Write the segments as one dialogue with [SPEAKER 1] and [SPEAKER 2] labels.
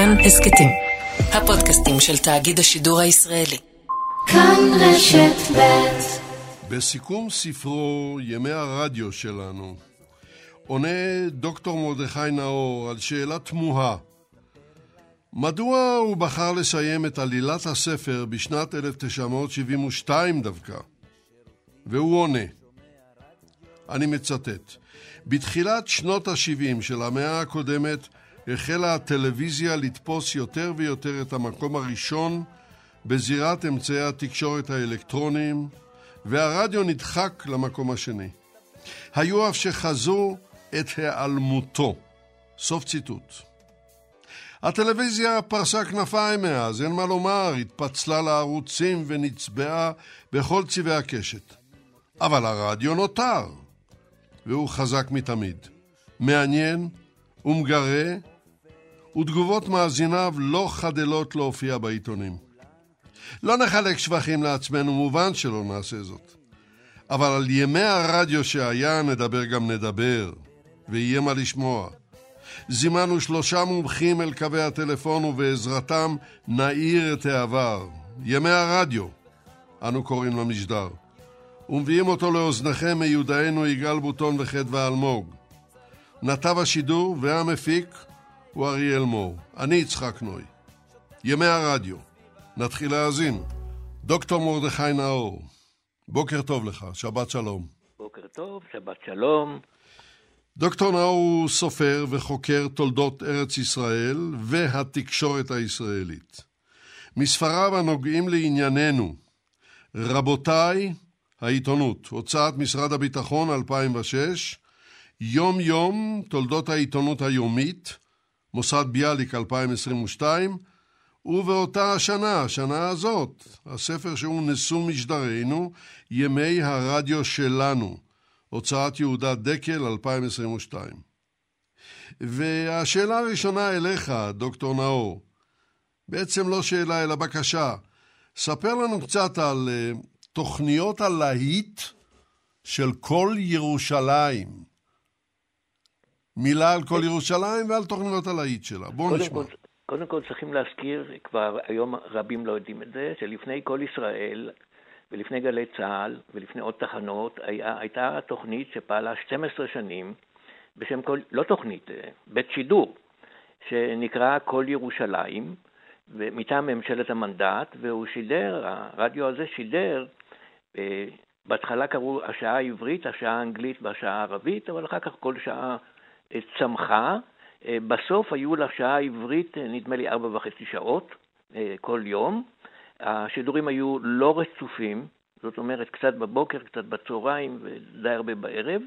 [SPEAKER 1] כאן הסקטים, הפודקאסטים של תאגיד השידור הישראלי.
[SPEAKER 2] כאן רשת ב'.
[SPEAKER 3] בסיכום ספרו ימי הרדיו שלנו עונה דוקטור מרדכי נאור על שאלה תמוהה: מדוע הוא בחר לסיים את עלילת הספר בשנת 1972 דווקא? והוא עונה, אני מצטט: בתחילת שנות ה-70 של המאה הקודמת החלה הטלוויזיה לתפוס יותר ויותר את המקום הראשון בזירת אמצעי התקשורת האלקטרוניים, והרדיו נדחק למקום השני. היו אף שחזו את העלמותו. סוף ציטוט. הטלוויזיה פרסה כנפיים מאז, אין מה לומר, התפצלה לערוצים ונצבעה בכל צבעי הקשת. אבל הרדיו נותר, והוא חזק מתמיד. מעניין ומגרה, ותגובות מאזיניו לא חדלות להופיע בעיתונים. לא נחלק שבחים לעצמנו, מובן שלא נעשה זאת. אבל על ימי הרדיו שהיה נדבר גם נדבר, ויהיה מה לשמוע. זימנו 3 מומחים אל קווי הטלפון, ובעזרתם נעיר את העבר. ימי הרדיו, אנו קוראים למשדר. ומביאים אותו לאוזניכם מיודענו יגאל בוטון וחדווה אלמוג. נתב השידור והמפיק הוא אריאל מור. אני יצחק נוי. ימי הרדיו. נתחיל להאזין. דוקטור מרדכי נאור, בוקר טוב לך, שבת שלום.
[SPEAKER 4] בוקר טוב, שבת שלום.
[SPEAKER 3] דוקטור נאור הוא סופר וחוקר תולדות ארץ ישראל והתקשורת הישראלית. מספריו הנוגעים לענייננו: רבותיי, העיתונות, הוצאת משרד הביטחון 2006, יום יום, תולדות העיתונות היומית, מוסד ביאליק 2022, ובאותה השנה הזאת, הספר שהוא נשוא משדרנו, ימי הרדיו שלנו, הוצאת יהודה דקל 2022. והשאלה הראשונה אליך, דוקטור נאור, בעצם לא שאלה אלא בקשה. ספר לנו קצת על תוכניות הלהיט של כל ירושלים. מילה על כל ירושלים ועל תוכניות הלהיט שלה. בואו נשמע.
[SPEAKER 4] קודם כל צריכים להזכיר, כבר היום רבים לא יודעים את זה, שלפני כל ישראל ולפני גלי צה"ל ולפני עוד תחנות הייתה תוכנית שפעלה 12 שנים בשם לא תוכנית, בית שידור, שנקרא כל ירושלים, ומטעם ממשלת המנדט, והוא שידר, הרדיו הזה שידר, בהתחלה קראו השעה העברית, השעה האנגלית והשעה הערבית, אבל אחר כך כל שעה צמחה. בסוף היו לשעה העברית נדמה לי 4.5 שעות כל יום. השידורים היו לא רצופים, זאת אומרת קצת בבוקר, קצת בצהריים ודי הרבה בערב,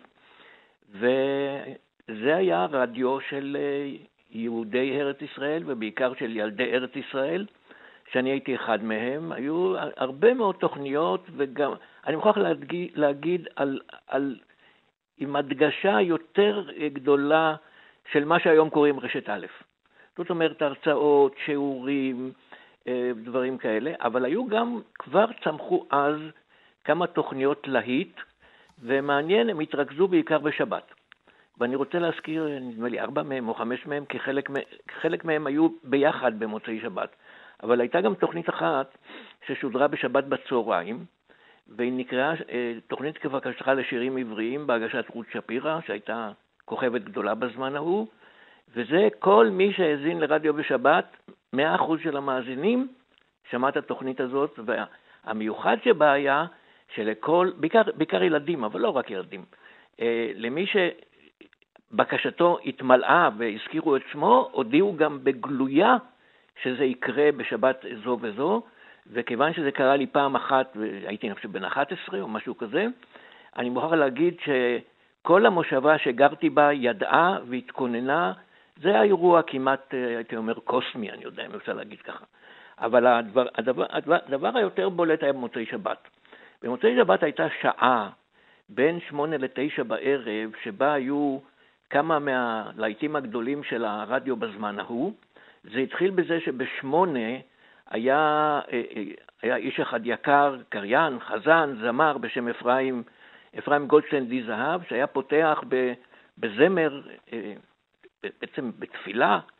[SPEAKER 4] וזה היה רדיו של יהודי ארץ ישראל ובעיקר של ילדי ארץ ישראל, שאני הייתי אחד מהם. היו הרבה מאוד תוכניות, וגם אני מוכרח להגיד עם הדגשה יותר גדולה של מה שהיום קוראים רשת א'. זאת אומרת הרצאות, שיעורים, דברים כאלה, אבל היו גם, כבר צמחו אז כמה תוכניות להיט, ומעניין, הם התרכזו בעיקר בשבת. ואני רוצה להזכיר, נדמה לי 4 מהם או 5 מהם, כי חלק מהם היו ביחד במוצאי שבת. אבל הייתה גם תוכנית אחת ששודרה בשבת בצהריים, והיא נקראה תוכנית כבקשתך לשירים עבריים בהגשת רות שפירא, שהייתה כוכבת גדולה בזמן ההוא, וזה כל מי שהאזין לרדיו בשבת, 100% של המאזינים שמע את התוכנית הזאת, והמיוחד שבה היה שלכל, בעיקר ילדים, אבל לא רק ילדים, למי שבקשתו התמלאה והזכירו את שמו, הודיעו גם בגלויה שזה יקרה בשבת זו וזו, וכיוון שזה קרה לי פעם אחת, והייתי נחשב בן 11 או משהו כזה, אני מוכרח להגיד שכל המושבה שגרתי בה ידעה והתכוננה. זה האירוע כמעט, הייתי אומר, קוסמי, אני יודע אם אפשר להגיד ככה. אבל הדבר היותר בולט היה במוצאי שבת. במוצאי שבת הייתה שעה בין 8 ל-9 בערב, שבה היו כמה מהלהיטים הגדולים של הרדיו בזמן ההוא. זה התחיל בזה שב8 היה איש אחד יקר, קריין, חזן, זמר בשם אפרים גולדשטיין די זהב, שהיה פותח בזמר, בעצם בתפילה,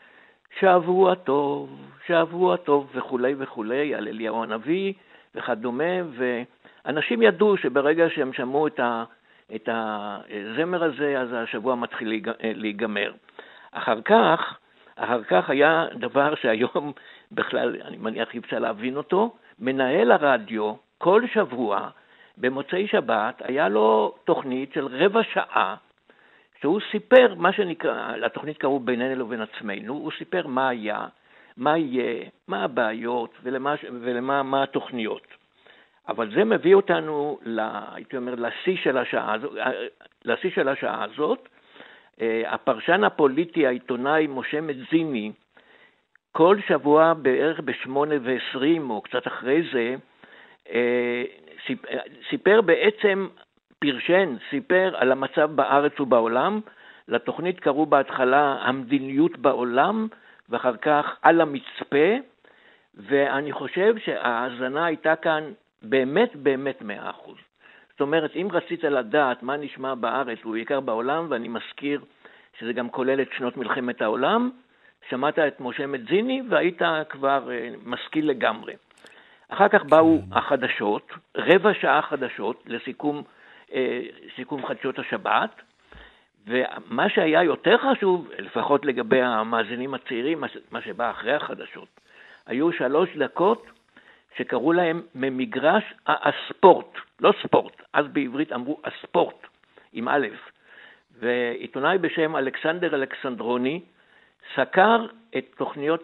[SPEAKER 4] שבוע טוב, שבוע טוב וכולי וכולי, על אליהו הנביא וכדומה, ואנשים ידעו שברגע שהם שמעו את הזמר הזה, אז השבוע מתחיל להיגמר. אחר כך היה דבר שהיום בכלל, אני מניח אפשר להבין אותו, מנהל הרדיו כל שבוע במוצאי שבת היה לו תוכנית של רבע שעה, שהוא סיפר מה שנקרא, לתוכנית קראו בינינו לבין עצמנו, הוא סיפר מה היה, מה יהיה, מה הבעיות ולמה התוכניות. אבל זה מביא אותנו, הייתי אומר, לשיא של השעה הזאת. הפרשן הפוליטי, העיתונאי משה מדזיני, כל שבוע בערך ב8:20 או קצת אחרי זה, סיפר בעצם, סיפר על המצב בארץ ובעולם. לתוכנית קראו בהתחלה המדיניות בעולם, ואחר כך על המצפה, ואני חושב שההאזנה הייתה כאן באמת 100%. זאת אומרת, אם רצית לדעת מה נשמע בארץ ובעיקר בעולם, ואני מזכיר שזה גם כולל את שנות מלחמת העולם, שמעת את משה מדזיני והיית כבר משכיל לגמרי. אחר כך באו החדשות, רבע שעה חדשות לסיכום חדשות השבת, ומה שהיה יותר חשוב, לפחות לגבי המאזינים הצעירים, מה שבא אחרי החדשות, היו 3 דקות שקראו להם ממגרש הספורט, לא ספורט, אז בעברית אמרו הספורט, עם א', ועיתונאי בשם אלכסנדר אלכסנדרוני, סקר את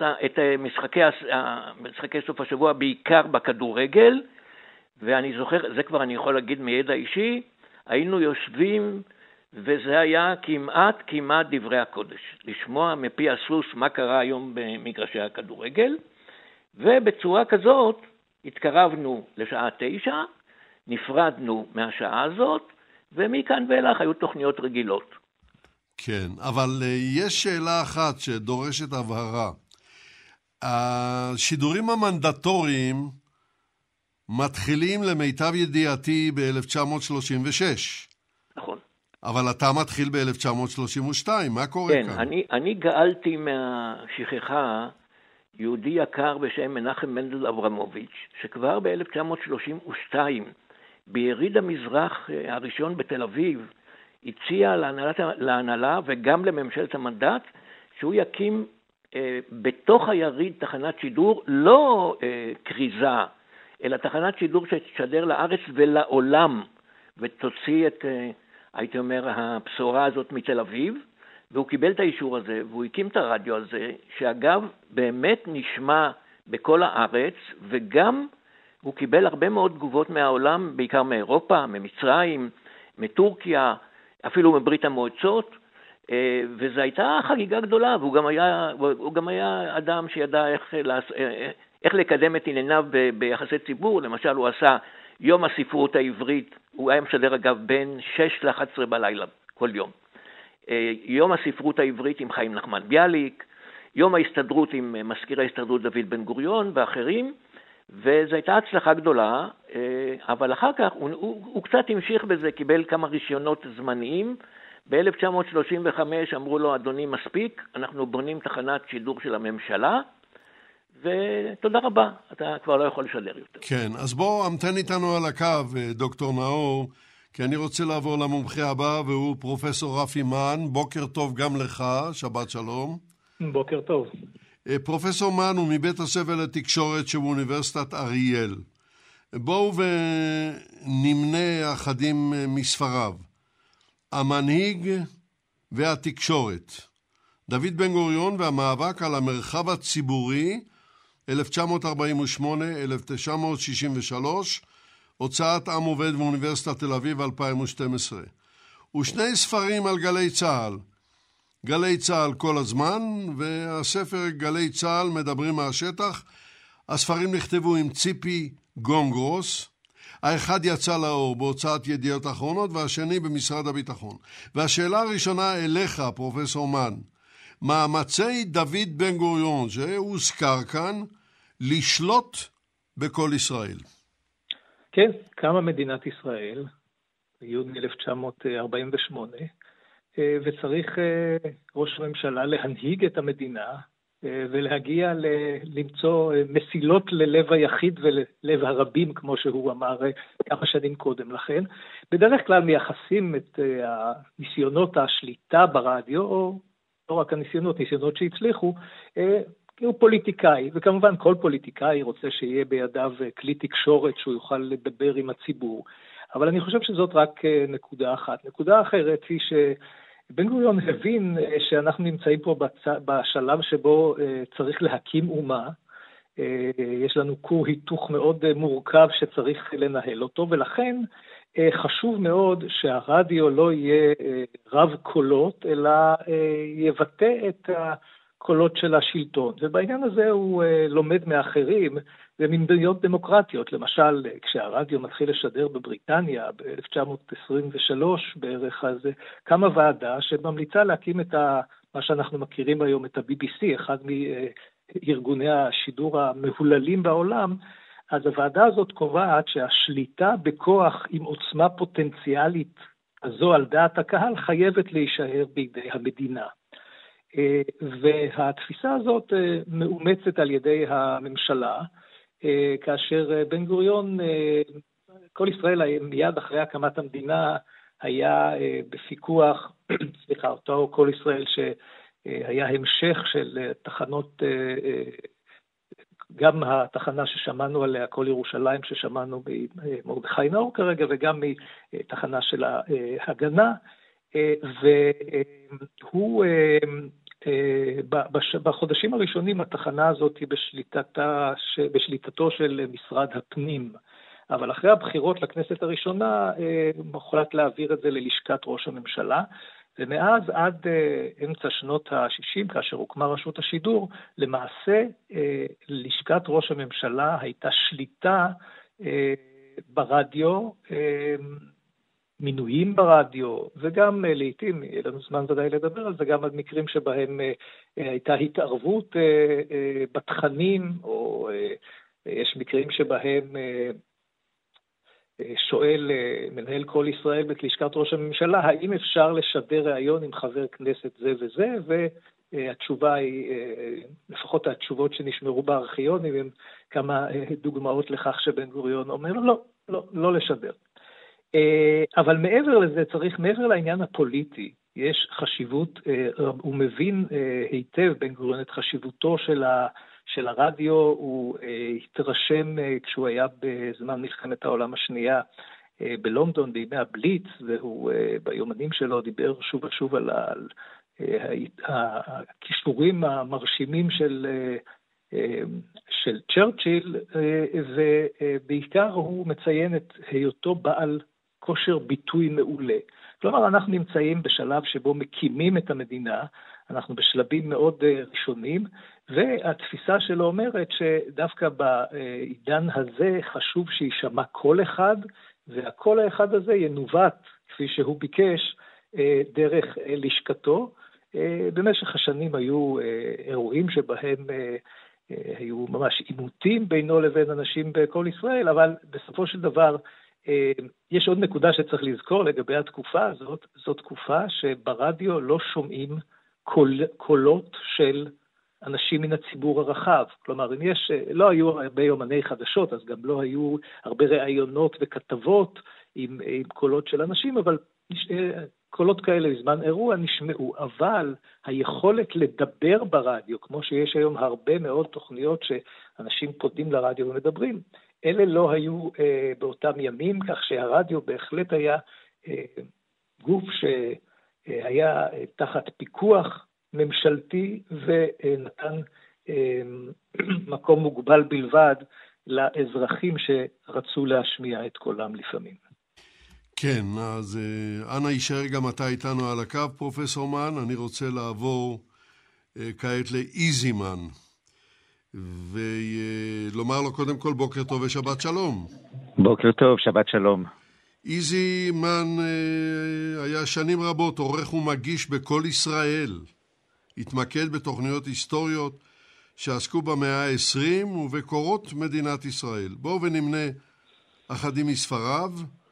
[SPEAKER 4] משחקי סוף השבוע בעיקר בכדורגל, ואני זוכר, זה כבר אני יכול להגיד מידע אישי, היינו יושבים וזה היה כמעט דברי הקודש, לשמוע מפי הסוס מה קרה היום במגרשי הכדורגל, ובצורה כזאת התקרבנו לשעה 9, נפרדנו מהשעה הזאת, ומכאן ואילך היו תוכניות רגילות.
[SPEAKER 3] כן, אבל יש שאלה אחת שדורשת הבהרה. השידורים המנדטוריים מתחילים למיטב ידיעתי ב-1936.
[SPEAKER 4] נכון.
[SPEAKER 3] אבל אתה מתחיל ב-1932, מה קורה
[SPEAKER 4] כן,
[SPEAKER 3] כאן?
[SPEAKER 4] אני גאלתי מהשכחה יהודי יקר בשם מנחם מנדל אברמוביץ', שכבר ב-1932, ביריד המזרח הראשון בתל אביב, הציע להנהלה וגם לממשלת המנדט, שהוא יקים בתוך היריד תחנת שידור, לא קריזה, אלא תחנת שידור שתשדר לארץ ולעולם, ותוציא את, הייתי אומר, הבשורה הזאת מתל אביב, והוא קיבל את האישור הזה, והוא הקים את הרדיו הזה, שאגב באמת נשמע בכל הארץ, וגם הוא קיבל הרבה מאוד תגובות מהעולם, בעיקר מאירופה, ממצרים, מטורקיה, אפילו מברית המועצות, וזו הייתה חגיגה גדולה, והוא גם היה אדם שידע איך לקדם את ענייניו ביחסי ציבור. למשל, הוא עשה יום הספרות העברית, הוא היה משדר אגב בין 6 ל-11 בלילה כל יום. יום הספרות העברית עם חיים נחמן ביאליק, יום ההסתדרות עם מזכיר ההסתדרות דוד בן גוריון ואחרים, וזו הייתה הצלחה גדולה, אבל אחר כך הוא קצת המשיך בזה, קיבל כמה רישיונות זמניים. ב-1935 אמרו לו, אדוני מספיק, אנחנו בונים תחנת שידור של הממשלה, ותודה רבה, אתה כבר לא יכול לשדר יותר.
[SPEAKER 3] כן, אז בוא המתן איתנו על הקו, דוקטור נאור, כי אני רוצה לעבור למומחה הבא, והוא פרופסור רפי מן. בוקר טוב גם לך, שבת שלום.
[SPEAKER 5] בוקר טוב.
[SPEAKER 3] פרופסור מן הוא מבית הספר לתקשורת שבאוניברסיטת אריאל. בואו ונמנה אחדים מספריו. המנהיג והתקשורת. דוד בן גוריון והמאבק על המרחב הציבורי, 1948-1963, הוצאת עם עובד באוניברסיטת תל אביב 2012. ושני ספרים על גלי צה"ל. גלי צה"ל כל הזמן, והספר גלי צה"ל מדברים מהשטח. הספרים נכתבו עם ציפי גונגרוס. האחד יצא לאור בהוצאת ידיעות אחרונות, והשני במשרד הביטחון. והשאלה הראשונה אליך, פרופסור מן, מאמצי דוד בן גוריון, שהוזכר כאן, לשלוט בכל ישראל.
[SPEAKER 5] כן, קמה מדינת ישראל, ביוני 1948, וצריך ראש הממשלה להנהיג את המדינה ולהגיע למצוא מסילות ללב היחיד וללב הרבים, כמו שהוא אמר כמה שנים קודם לכן. בדרך כלל מייחסים את הניסיונות השליטה ברדיו, או לא רק הניסיונות, ניסיונות שהצליחו, כי הוא פוליטיקאי, וכמובן כל פוליטיקאי רוצה שיהיה בידיו כלי תקשורת שהוא יוכל לדבר עם הציבור. אבל אני חושב שזאת רק נקודה אחת. נקודה אחרת היא שבן גוריון הבין שאנחנו נמצאים פה בשלב שבו צריך להקים אומה. יש לנו כור היתוך מאוד מורכב שצריך לנהל אותו, ולכן חשוב מאוד שהרדיו לא יהיה רב קולות, אלא יבטא את הקולות של השלטון. ובעניין הזה הוא לומד מאחרים וממדינות דמוקרטיות. למשל, כשהרדיו מתחיל לשדר בבריטניה ב-1923 בערך, אז קמה ועדה שממליצה להקים את מה שאנחנו מכירים היום, את ה-BBC, אחד מארגוני השידור המהוללים בעולם. אז הוועדה הזאת קובעת שהשליטה בכוח עם עוצמה פוטנציאלית הזו על דעת הקהל חייבת להישאר בידי המדינה. והתפיסה הזאת מאומצת על ידי הממשלה, כאשר בן גוריון, כל ישראל מיד אחרי הקמת המדינה היה בפיקוח, אותו כל ישראל שהיה המשך של תחנות, גם התחנה ששמענו עליה, כל ירושלים ששמענו במרדכי נאור כרגע, וגם מתחנה של ההגנה, והוא בחודשים הראשונים התחנה הזאת היא בשליטתו של משרד הפנים, אבל אחרי הבחירות לכנסת הראשונה הוחלט להעביר את זה ללשכת ראש הממשלה, ומאז עד אמצע שנות ה-60, כאשר הוקמה רשות השידור, למעשה לשכת ראש הממשלה הייתה שליטה ברדיו, מינויים ברדיו, וגם לעתים, יהיה לנו זמן ודאי לדבר על זה, גם על מקרים שבהם הייתה התערבות בתכנים, או יש מקרים שבהם שואל מנהל כל ישראל בלשכת ראש הממשלה, האם אפשר לשדר ראיון עם חבר כנסת זה וזה, והתשובה היא, לפחות התשובות שנשמרו בארכיונים, הם כמה דוגמאות לכך שבן גוריון אומר, לא לשדר. אבל מעבר לזה, מעבר לעניין הפוליטי, יש חשיבות, הוא מבין היטב בן גוריון את חשיבותו של הרדיו, הוא התרשם כשהוא היה בזמן מלחמת העולם השנייה בלונדון, בימי הבליץ, והוא ביומנים שלו דיבר שוב ושוב על הכישורים המרשימים של צ'רצ'יל, ובעיקר הוא מציין את היותו בעל כושר ביטוי מעולה. כלומר, אנחנו נמצאים בשלב שבו מקימים את המדינה, אנחנו בשלבים מאוד ראשונים, והתפיסה שלו אומרת שדווקא בעידן הזה חשוב שישמע קול אחד, והקול האחד הזה ינווט, כפי שהוא ביקש, דרך לשכתו. במשך השנים היו אירועים שבהם היו ממש עימותים בינו לבין אנשים בכל ישראל, אבל בסופו של דבר יש עוד נקודה שצריך לזכור לגבי התקופה הזאת, זו תקופה שברדיו לא שומעים קולות של אנשים מן הציבור הרחב. כלומר, אם לא היו הרבה יומני חדשות, אז גם לא היו הרבה ראיונות וכתבות עם קולות של אנשים, אבל קולות כאלה בזמן אירוע נשמעו, אבל היכולת לדבר ברדיו, כמו שיש היום הרבה מאוד תוכניות שאנשים פודים לרדיו ומדברים, אלה לא היו באותם ימים, כך שהרדיו בהחלט היה גוף שהיה תחת פיקוח ממשלתי ונתן מקום מוגבל בלבד לאזרחים שרצו להשמיע את קולם לפעמים.
[SPEAKER 3] כן, אז אנא יישאר גם אתה איתנו על הקו, פרופסור מן. אני רוצה לעבור כעת לאיזימן, ולומר לו קודם כל בוקר טוב ושבת שלום.
[SPEAKER 6] בוקר טוב, שבת שלום.
[SPEAKER 3] איזימן היה שנים רבות עורך ומגיש בכל ישראל. התמקד בתוכניות היסטוריות שעסקו במאה ה-20 ובקורות מדינת ישראל. בואו ונמנה אחדים מספריו.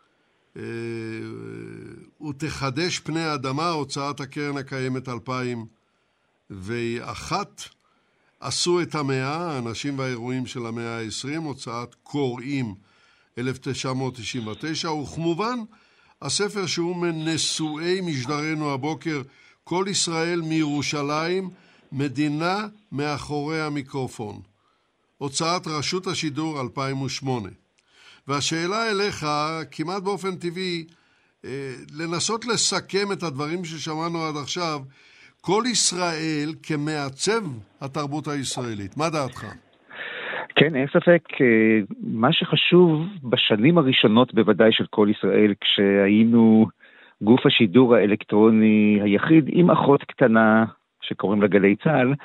[SPEAKER 3] ותחדש פני האדמה, הוצאת הקרן הקיימת 2001, עשו את המאה, האנשים והאירועים של המאה ה-20, הוצאת קוראים 1999, וכמובן הספר שהוא מנשואי משדרנו הבוקר, כל ישראל מירושלים, מדינה מאחורי המיקרופון. הוצאת רשות השידור 2008. והשאלה אליך, כמעט באופן טבעי, לנסות לסכם את הדברים ששמענו עד עכשיו, כל ישראל כמעצב התרבות הישראלית. מה דעתך?
[SPEAKER 6] כן, אין ספק, מה שחשוב בשנים הראשונות בוודאי של כל ישראל, כשהיינו גוף השידור האלקטרוני היחיד עם אחות קטנה שקוראים לה גלי צהל,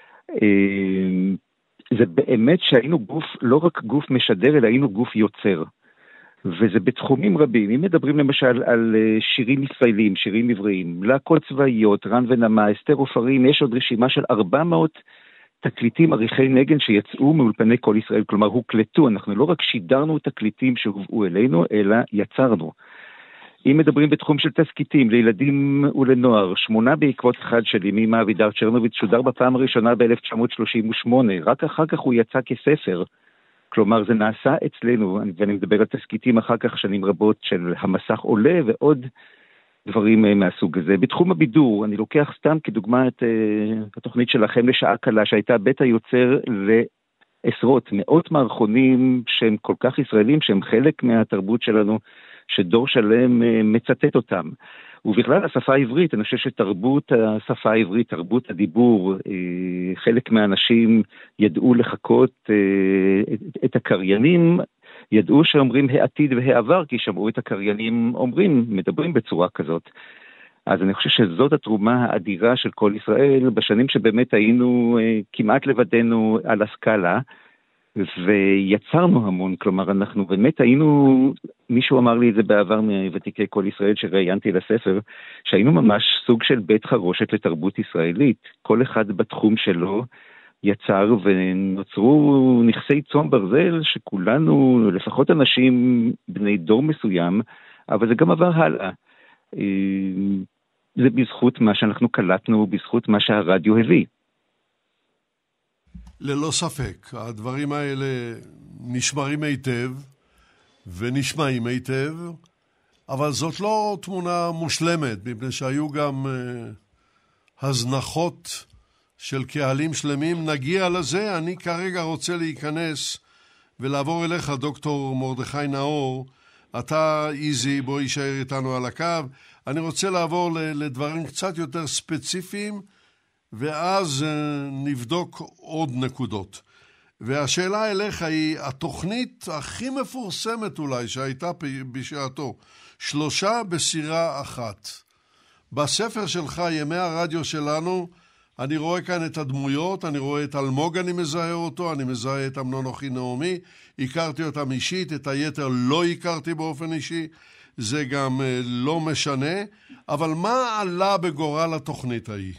[SPEAKER 6] זה באמת שהיינו גוף, לא רק גוף משדר, אלא היינו גוף יוצר. וזה בתחומים רבים. אם מדברים למשל על שירים ישראלים, שירים עבריים, להקות צבאיות, רן ונמה, אסתר עופרים, יש עוד רשימה של 400 תקליטים עריכי נגן שיצאו מאולפני כל ישראל, כלומר הוקלטו, אנחנו לא רק שידרנו תקליטים שהובאו אלינו, אלא יצרנו. אם מדברים בתחום של תסקיטים, לילדים ולנוער, 8 בעקבות אחד שלי, מימה אבידר צ'רנוביץ, שודר בפעם הראשונה ב-1938, רק אחר כך הוא יצא כספר, כלומר זה נעשה אצלנו, ואני מדבר על תסקיטים אחר כך שנים רבות של המסך עולה ועוד דברים מהסוג הזה. בתחום הבידור, אני לוקח סתם כדוגמה את התוכנית שלכם לשעה קלה, שהייתה בית היוצר לעשרות, מאות מערכונים שהם כל כך ישראלים, שהם חלק מהתרבות שלנו, שדור שלם מצטט אותם. ובכלל השפה העברית, אני חושב שתרבות השפה העברית, תרבות הדיבור, חלק מהאנשים ידעו לחכות את הקריינים, ידעו שאומרים העתיד והעבר, כי שמעו את הקריינים מדברים בצורה כזאת. אז אני חושב שזאת התרומה האדירה של כל ישראל, בשנים שבאמת היינו כמעט לבדנו על הסקאלה, ויצרנו המון, כלומר אנחנו באמת היינו, מישהו אמר לי את זה בעבר מוותיקי כל ישראל שראיינתי לספר, שהיינו ממש סוג של בית חרושת לתרבות ישראלית, כל אחד בתחום שלו יצר ונוצרו נכסי צאן ברזל שכולנו, לפחות אנשים בני דור מסוים, אבל זה גם עבר הלאה. זה בזכות מה שאנחנו קלטנו, בזכות מה שהרדיו הביא.
[SPEAKER 3] ללא ספק, הדברים האלה נשמרים היטב ונשמעים היטב, אבל זאת לא תמונה מושלמת, מפני שהיו גם הזנחות של קהלים שלמים. נגיע לזה, אני כרגע רוצה להיכנס ולעבור אליך, דוקטור מרדכי נאור. אתה איזי, בוא יישאר איתנו על הקו. אני רוצה לעבור לדברים קצת יותר ספציפיים, ואז נבדוק עוד נקודות. והשאלה אליך היא, התוכנית הכי מפורסמת אולי שהייתה בשעתו, 3 בסירה אחת. בספר שלך, ימי הרדיו שלנו, אני רואה כאן את הדמויות, אני רואה את אלמוג, אני מזהה אותו, אני מזהה את אמנון אוחינעמי, הכרתי אותם אישית, את היתר לא הכרתי באופן אישי, זה גם לא משנה, אבל מה עלה בגורל התוכנית ההיא?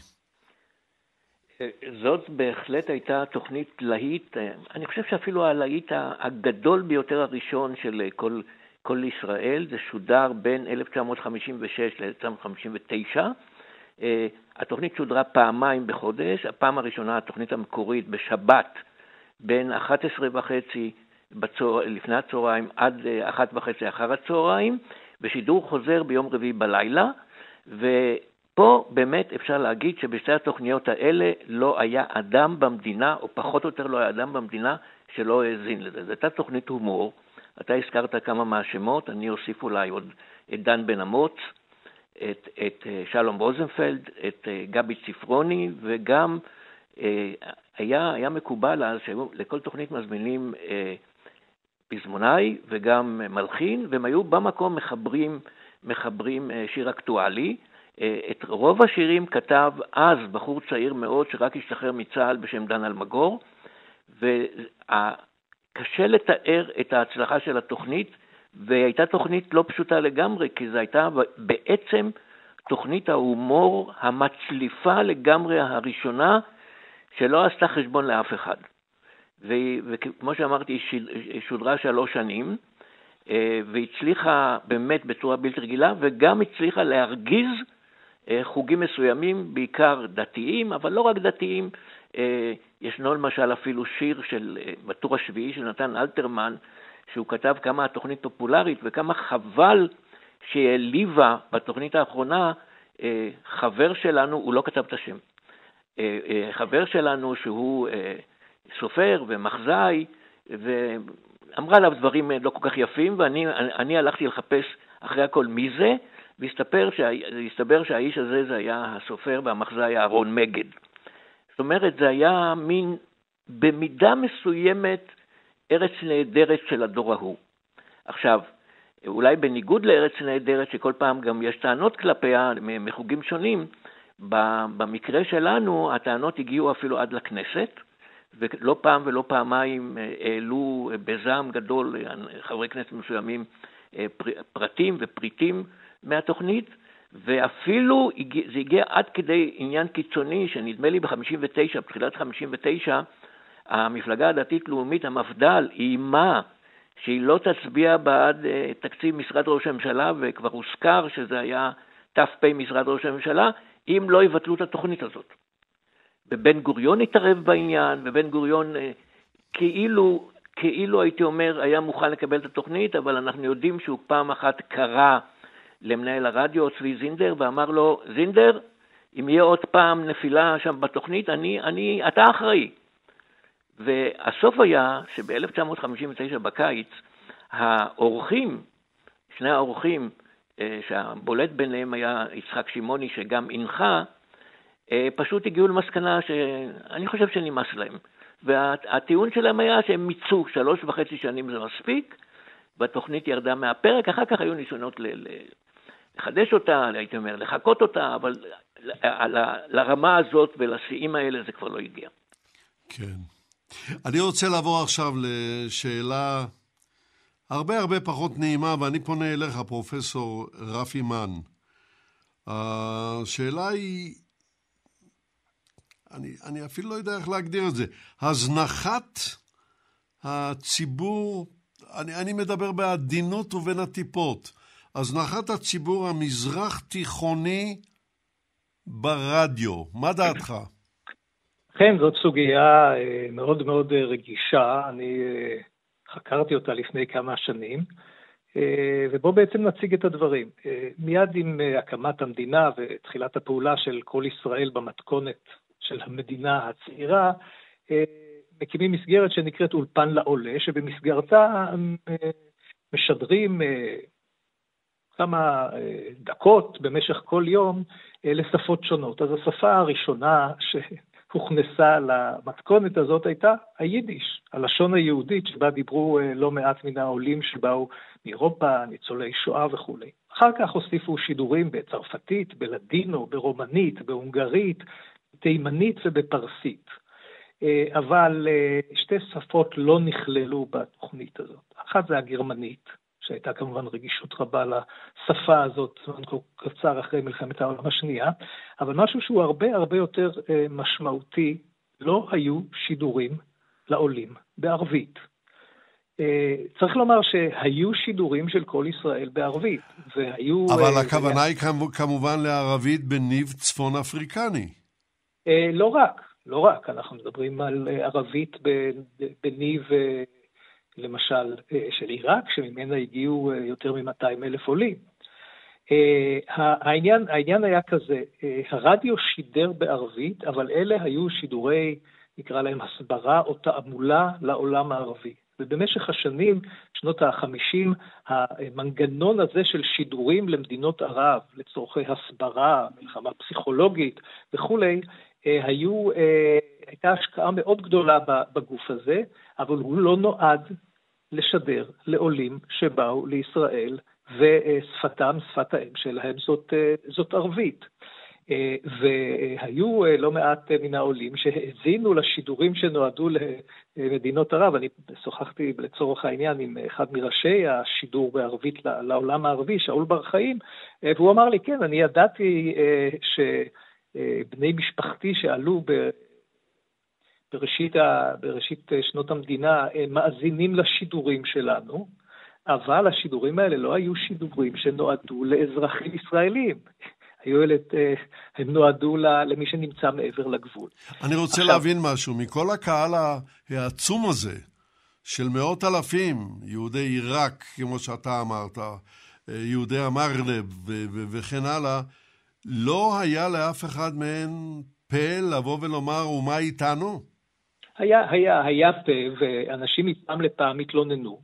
[SPEAKER 4] זאת בהחלט הייתה תוכנית להיט, אני חושב שאפילו הלהיט הגדול ביותר הראשון של כל ישראל, זה שודר בין 1956 ל-1959, התוכנית שודרה פעמיים בחודש, הפעם הראשונה התוכנית המקורית בשבת בין 11:30 לפני הצהריים עד 1:30 אחר הצהריים, ושידור חוזר ביום רביעי בלילה, פה באמת אפשר להגיד שבשתי התוכניות האלה לא היה אדם במדינה, או פחות או יותר לא היה אדם במדינה שלא האזין לזה. זו הייתה תוכנית הומור, אתה הזכרת כמה מהשמות, אני אוסיף אולי עוד את דן בן אמוץ, את שלום רוזנפלד, את גבי ציפרוני, וגם היה מקובל אז שלכל תוכנית מזמינים פזמונאי וגם מלחין, והם היו במקום מחברים שיר אקטואלי. את רוב השירים כתב אז בחור צעיר מאוד שרק השתחרר מצה"ל בשם דן אלמגור, וקשה לתאר את ההצלחה של התוכנית, והייתה תוכנית לא פשוטה לגמרי, כי זו הייתה בעצם תוכנית ההומור המצליפה לגמרי הראשונה, שלא עשתה חשבון לאף אחד. וכמו שאמרתי, היא שודרה 3 שנים, והצליחה באמת בצורה בלתי רגילה, וגם הצליחה להרגיז חוגים מסוימים, בעיקר דתיים, אבל לא רק דתיים, ישנו למשל אפילו שיר בטור השביעי של נתן אלתרמן, שהוא כתב כמה התוכנית פופולרית וכמה חבל שהעליבה בתוכנית האחרונה חבר שלנו, הוא לא כתב את השם, חבר שלנו שהוא סופר ומחזאי, ואמרה עליו דברים לא כל כך יפים, ואני הלכתי לחפש אחרי הכל מי זה, והסתבר שהאיש הזה זה היה הסופר והמחזאי אהרון מגד. זאת אומרת, זה היה מין, במידה מסוימת, ארץ נהדרת של הדור ההוא. עכשיו, אולי בניגוד לארץ נהדרת, שכל פעם גם יש טענות כלפיה מחוגים שונים, במקרה שלנו הטענות הגיעו אפילו עד לכנסת, ולא פעם ולא פעמיים העלו בזעם גדול חברי כנסת מסוימים פרטים ופריטים מהתוכנית, ואפילו זה הגיע עד כדי עניין קיצוני, שנדמה לי ב-59, בתחילת 59, המפלגה הדתית-לאומית, המפד"ל, איימה שהיא לא תצביע בעד תקציב משרד ראש הממשלה, וכבר הוזכר שזה היה ת"פ משרד ראש הממשלה, אם לא יבטלו את התוכנית הזאת. ובן גוריון התערב בעניין, ובן גוריון כאילו הייתי אומר, היה מוכן לקבל את התוכנית, אבל אנחנו יודעים שהוא פעם אחת קרא למנהל הרדיו, צבי זינדר, ואמר לו, זינדר, אם יהיה עוד פעם נפילה שם בתוכנית, אתה אחראי. והסוף היה שב-1959 בקיץ, שני האורחים, שהבולט ביניהם היה יצחק שמעוני, שגם הנחה, פשוט הגיעו למסקנה שאני חושב שנמאס להם. והטיעון שלהם היה שהם מיצו 3.5 שנים זה מספיק, והתוכנית ירדה מהפרק, אחר כך היו ניסיונות לחדש אותה, הייתי אומר, לחכות אותה, אבל לרמה הזאת ולשיאים האלה זה כבר לא הגיע.
[SPEAKER 3] כן. אני רוצה לעבור עכשיו לשאלה הרבה פחות נעימה, ואני פונה אליך, פרופסור רפי מן. השאלה היא, אני אפילו לא יודע איך להגדיר את זה, הזנחת הציבור, אני מדבר בעדינות ובין הטיפות, הזנחת הציבור המזרח תיכוני ברדיו. מה דעתך?
[SPEAKER 5] כן, זאת סוגיה מאוד מאוד רגישה, אני חקרתי אותה לפני כמה שנים, ובו בעצם נציג את הדברים. מיד עם הקמת המדינה ותחילת הפעולה של כל ישראל במתכונת של המדינה הצעירה, מקימים מסגרת שנקראת אולפן לעולה, שבמסגרתה משדרים כמה דקות במשך כל יום לשפות שונות. אז השפה הראשונה שהוכנסה למתכונת הזאת הייתה היידיש, הלשון היהודית שבה דיברו לא מעט מן העולים שבאו מאירופה, ניצולי שואה וכו'. אחר כך הוסיפו שידורים בצרפתית, בלדינו, ברומנית, בהונגרית, בתימנית ובפרסית. אבל שתי שפות לא נכללו בתוכנית הזאת. אחת זה הגרמנית, שהייתה כמובן רגישות רבה לשפה הזאת, זמן כל קצר אחרי מלחמת העולם השנייה, אבל משהו שהוא הרבה יותר משמעותי, לא היו שידורים לעולים בערבית. צריך לומר שהיו שידורים של כל ישראל בערבית, והיו...
[SPEAKER 3] אבל הכוונה היא כמובן לערבית בניב צפון אפריקני.
[SPEAKER 5] לא רק, אנחנו מדברים על ערבית בניב, למשל, של עיראק, שממנה הגיעו יותר מ-200,000 עולים. העניין היה כזה, הרדיו שידר בערבית, אבל אלה היו שידורי, נקרא להם הסברה או תעמולה לעולם הערבי. ובמשך השנים, שנות ה-50, המנגנון הזה של שידורים למדינות ערב, לצורכי הסברה, מלחמה פסיכולוגית וכולי, הייתה השקעה מאוד גדולה בגוף הזה, אבל הוא לא נועד לשדר לעולים שבאו לישראל, ושפתם, שפת האם שלהם זאת ערבית. והיו לא מעט מן העולים שהזינו לשידורים שנועדו למדינות ערב. אני שוחחתי לצורך העניין עם אחד מראשי השידור בערבית לעולם הערבי, שאול בר חיים, והוא אמר לי, כן, אני ידעתי שבני משפחתי שעלו בראשית שנות המדינה מאזינים לשידורים שלנו, אבל השידורים האלה לא היו שידורים שנועדו לאזרחים ישראלים. הם נועדו למי שנמצא מעבר לגבול.
[SPEAKER 3] אני רוצה להבין משהו, מכל הקהל העצום הזה, של מאות אלפים, יהודי עיראק, כמו שאתה אמרת, יהודי המגרב וכן הלאה, לא היה לאף אחד מהם פה לבוא ולומר, ומה איתנו?
[SPEAKER 5] היה פה, ואנשים מפעם לפעם התלוננו,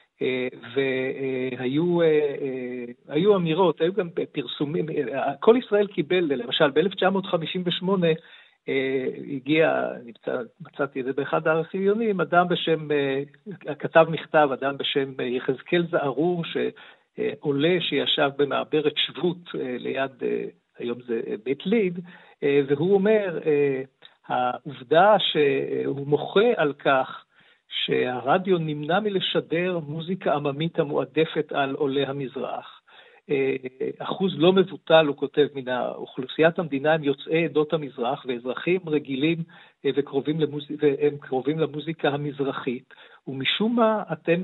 [SPEAKER 5] והיו אמירות, היו גם פרסומים, כל ישראל קיבל, למשל ב-1958, מצאתי את זה באחד הארכיונים, אדם בשם, כתב מכתב, אדם בשם יחזקאל זערור, שעולה שישב במעברת שבות ליד, היום זה בית ליד, והוא אומר, העובדה שהוא מוחה על כך שהרדיו נמנע מלשדר מוזיקה עממית המועדפת על עולי המזרח. אחוז לא מבוטל, הוא כותב, מן האוכלוסיית המדינה הם יוצאי עדות המזרח ואזרחים רגילים והם קרובים למוזיקה המזרחית, ומשום מה אתם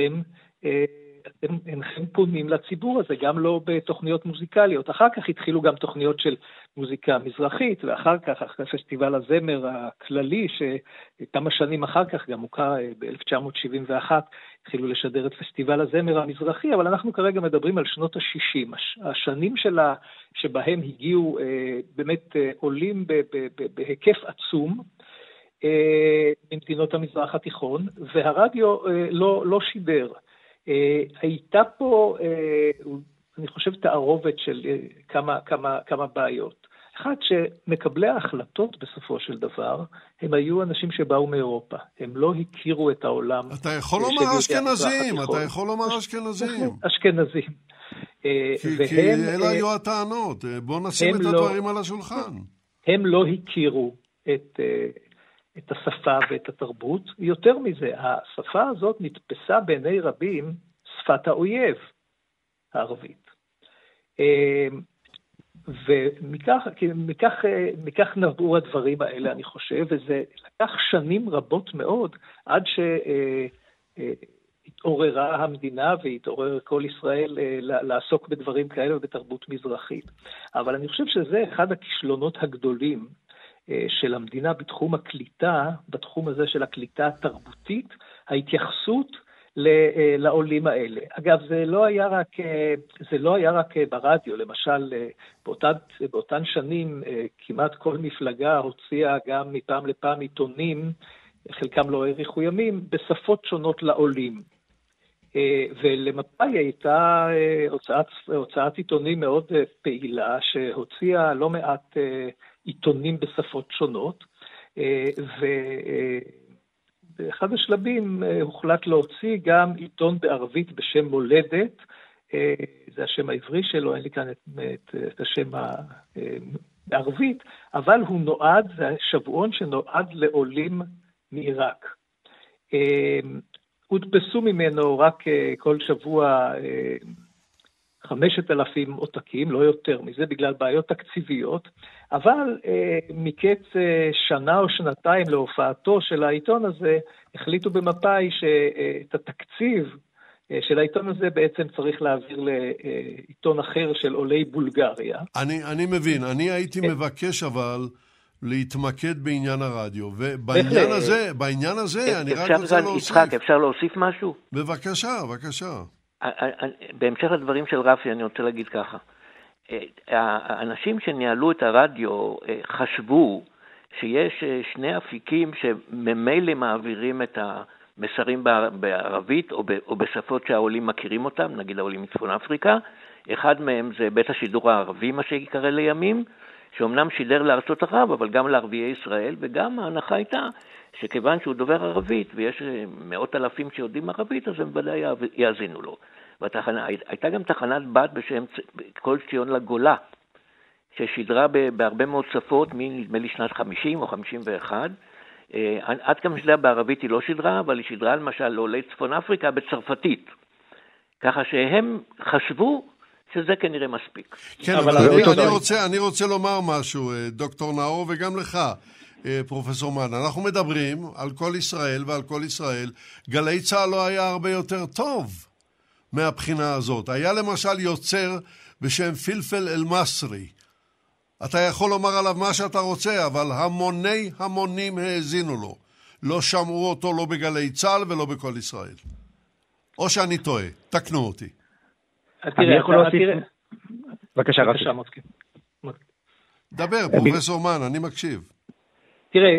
[SPEAKER 5] אינכם פונים לציבור הזה, גם לא בתוכניות מוזיקליות. אחר כך התחילו גם תוכניות של מוזיקה מזרחית, ואחר כך, אחרי פסטיבל הזמר הכללי, שכמה שנים אחר כך גם הוקם ב-1971, התחילו לשדר את פסטיבל הזמר המזרחי, אבל אנחנו כרגע מדברים על שנות ה-60, השנים שבהם הגיעו באמת עולים בהיקף עצום, ממדינות המזרח התיכון, והרדיו לא שידר. הייתה פה, אני חושב, תערובת של כמה בעיות. אחד, שמקבלי ההחלטות בסופו של דבר, הם היו אנשים שבאו מאירופה. הם לא הכירו את העולם.
[SPEAKER 3] אתה יכול לומר אשכנזים,
[SPEAKER 5] אשכנזים.
[SPEAKER 3] כי אלה היו הטענות. בואו נשים את הדברים על השולחן.
[SPEAKER 5] הם לא הכירו את השפה ואת התרבות. יותר מזה, השפה הזאת נתפסה בעיני רבים שפת האויב הערבית. ומכך נבעו הדברים האלה, אני חושב, וזה לקח שנים רבות מאוד עד שהתעוררה המדינה והתעורר כל ישראל לעסוק בדברים כאלה ובתרבות מזרחית. אבל אני חושב שזה אחד הכישלונות הגדולים של המדינה בתחום הקליטה, בתחום הזה של הקליטה התרבותית, ההתייחסות לעולים האלה. אגב, זה לא היה רק ברדיו, למשל, באותן שנים כמעט כל מפלגה הוציאה גם מפעם לפעם עיתונים, חלקם לא העריכו ימים, בשפות שונות לעולים. ולמפא"י הייתה הוצאת עיתונים מאוד פעילה, שהוציאה לא מעט עיתונים בשפות שונות, באחד השלבים הוחלט להוציא גם עיתון בערבית בשם מולדת, זה השם העברי שלו, אין לי כאן את השם הערבית, אבל הוא נועד, זה שבועון שנועד לעולים מעיראק. הודפסו ממנו רק כל שבוע 5,000 עותקים, לא יותר מזה, בגלל בעיות תקציביות, אבל מקץ שנה או שנתיים להופעתו של העיתון הזה, החליטו במפא"י שאת התקציב של העיתון הזה בעצם צריך להעביר לעיתון אחר של עולי בולגריה.
[SPEAKER 3] אני מבין, אני הייתי מבקש אבל להתמקד בעניין הרדיו, ובעניין הזה אני רק רוצה להוסיף.
[SPEAKER 4] יצחק, אפשר להוסיף משהו?
[SPEAKER 3] בבקשה.
[SPEAKER 4] בהמשך לדברים של רפי, אני רוצה להגיד ככה. האנשים שניהלו את הרדיו חשבו שיש שני אפיקים שממילא מעבירים את המסרים בערבית או בשפות שהעולים מכירים אותם, נגיד העולים מצפון אפריקה. אחד מהם זה בית השידור הערבי, מה שיקרא לימים, שאומנם שידר לארצות ערב, אבל גם לערביי ישראל, וגם ההנחה הייתה שכיוון שהוא דובר ערבית, ויש מאות אלפים שיודעים ערבית, אז הם ודאי יאזינו לו. הייתה גם תחנת בת בשם כל ציון לגולה, ששידרה בהרבה מאוד שפות, נדמה לי שנת 50 או 51, עד כמה שידרה בערבית היא לא שידרה, אבל היא שידרה למשל לעולי צפון אפריקה בצרפתית. ככה שהם חשבו שזה כנראה מספיק.
[SPEAKER 3] כן, אבל אני רוצה לומר משהו, דוקטור נאור, וגם לך, פרופסור מן. אנחנו מדברים על כל ישראל ועל כל ישראל. גלי צהל לא היה הרבה יותר טוב מהבחינה הזאת. היה למשל יוצר בשם פלפל אל-מסרי, אתה יכול לומר עליו מה שאתה רוצה, אבל המונים האזינו לו. לא שמעו אותו לא בגלי צה"ל ולא בכל ישראל. או שאני טועה, תקנו אותי.
[SPEAKER 6] אני יכול להוסיף... בבקשה,
[SPEAKER 5] מוצקי.
[SPEAKER 3] דבר, פרופסור מן, אני מקשיב.
[SPEAKER 5] תראה,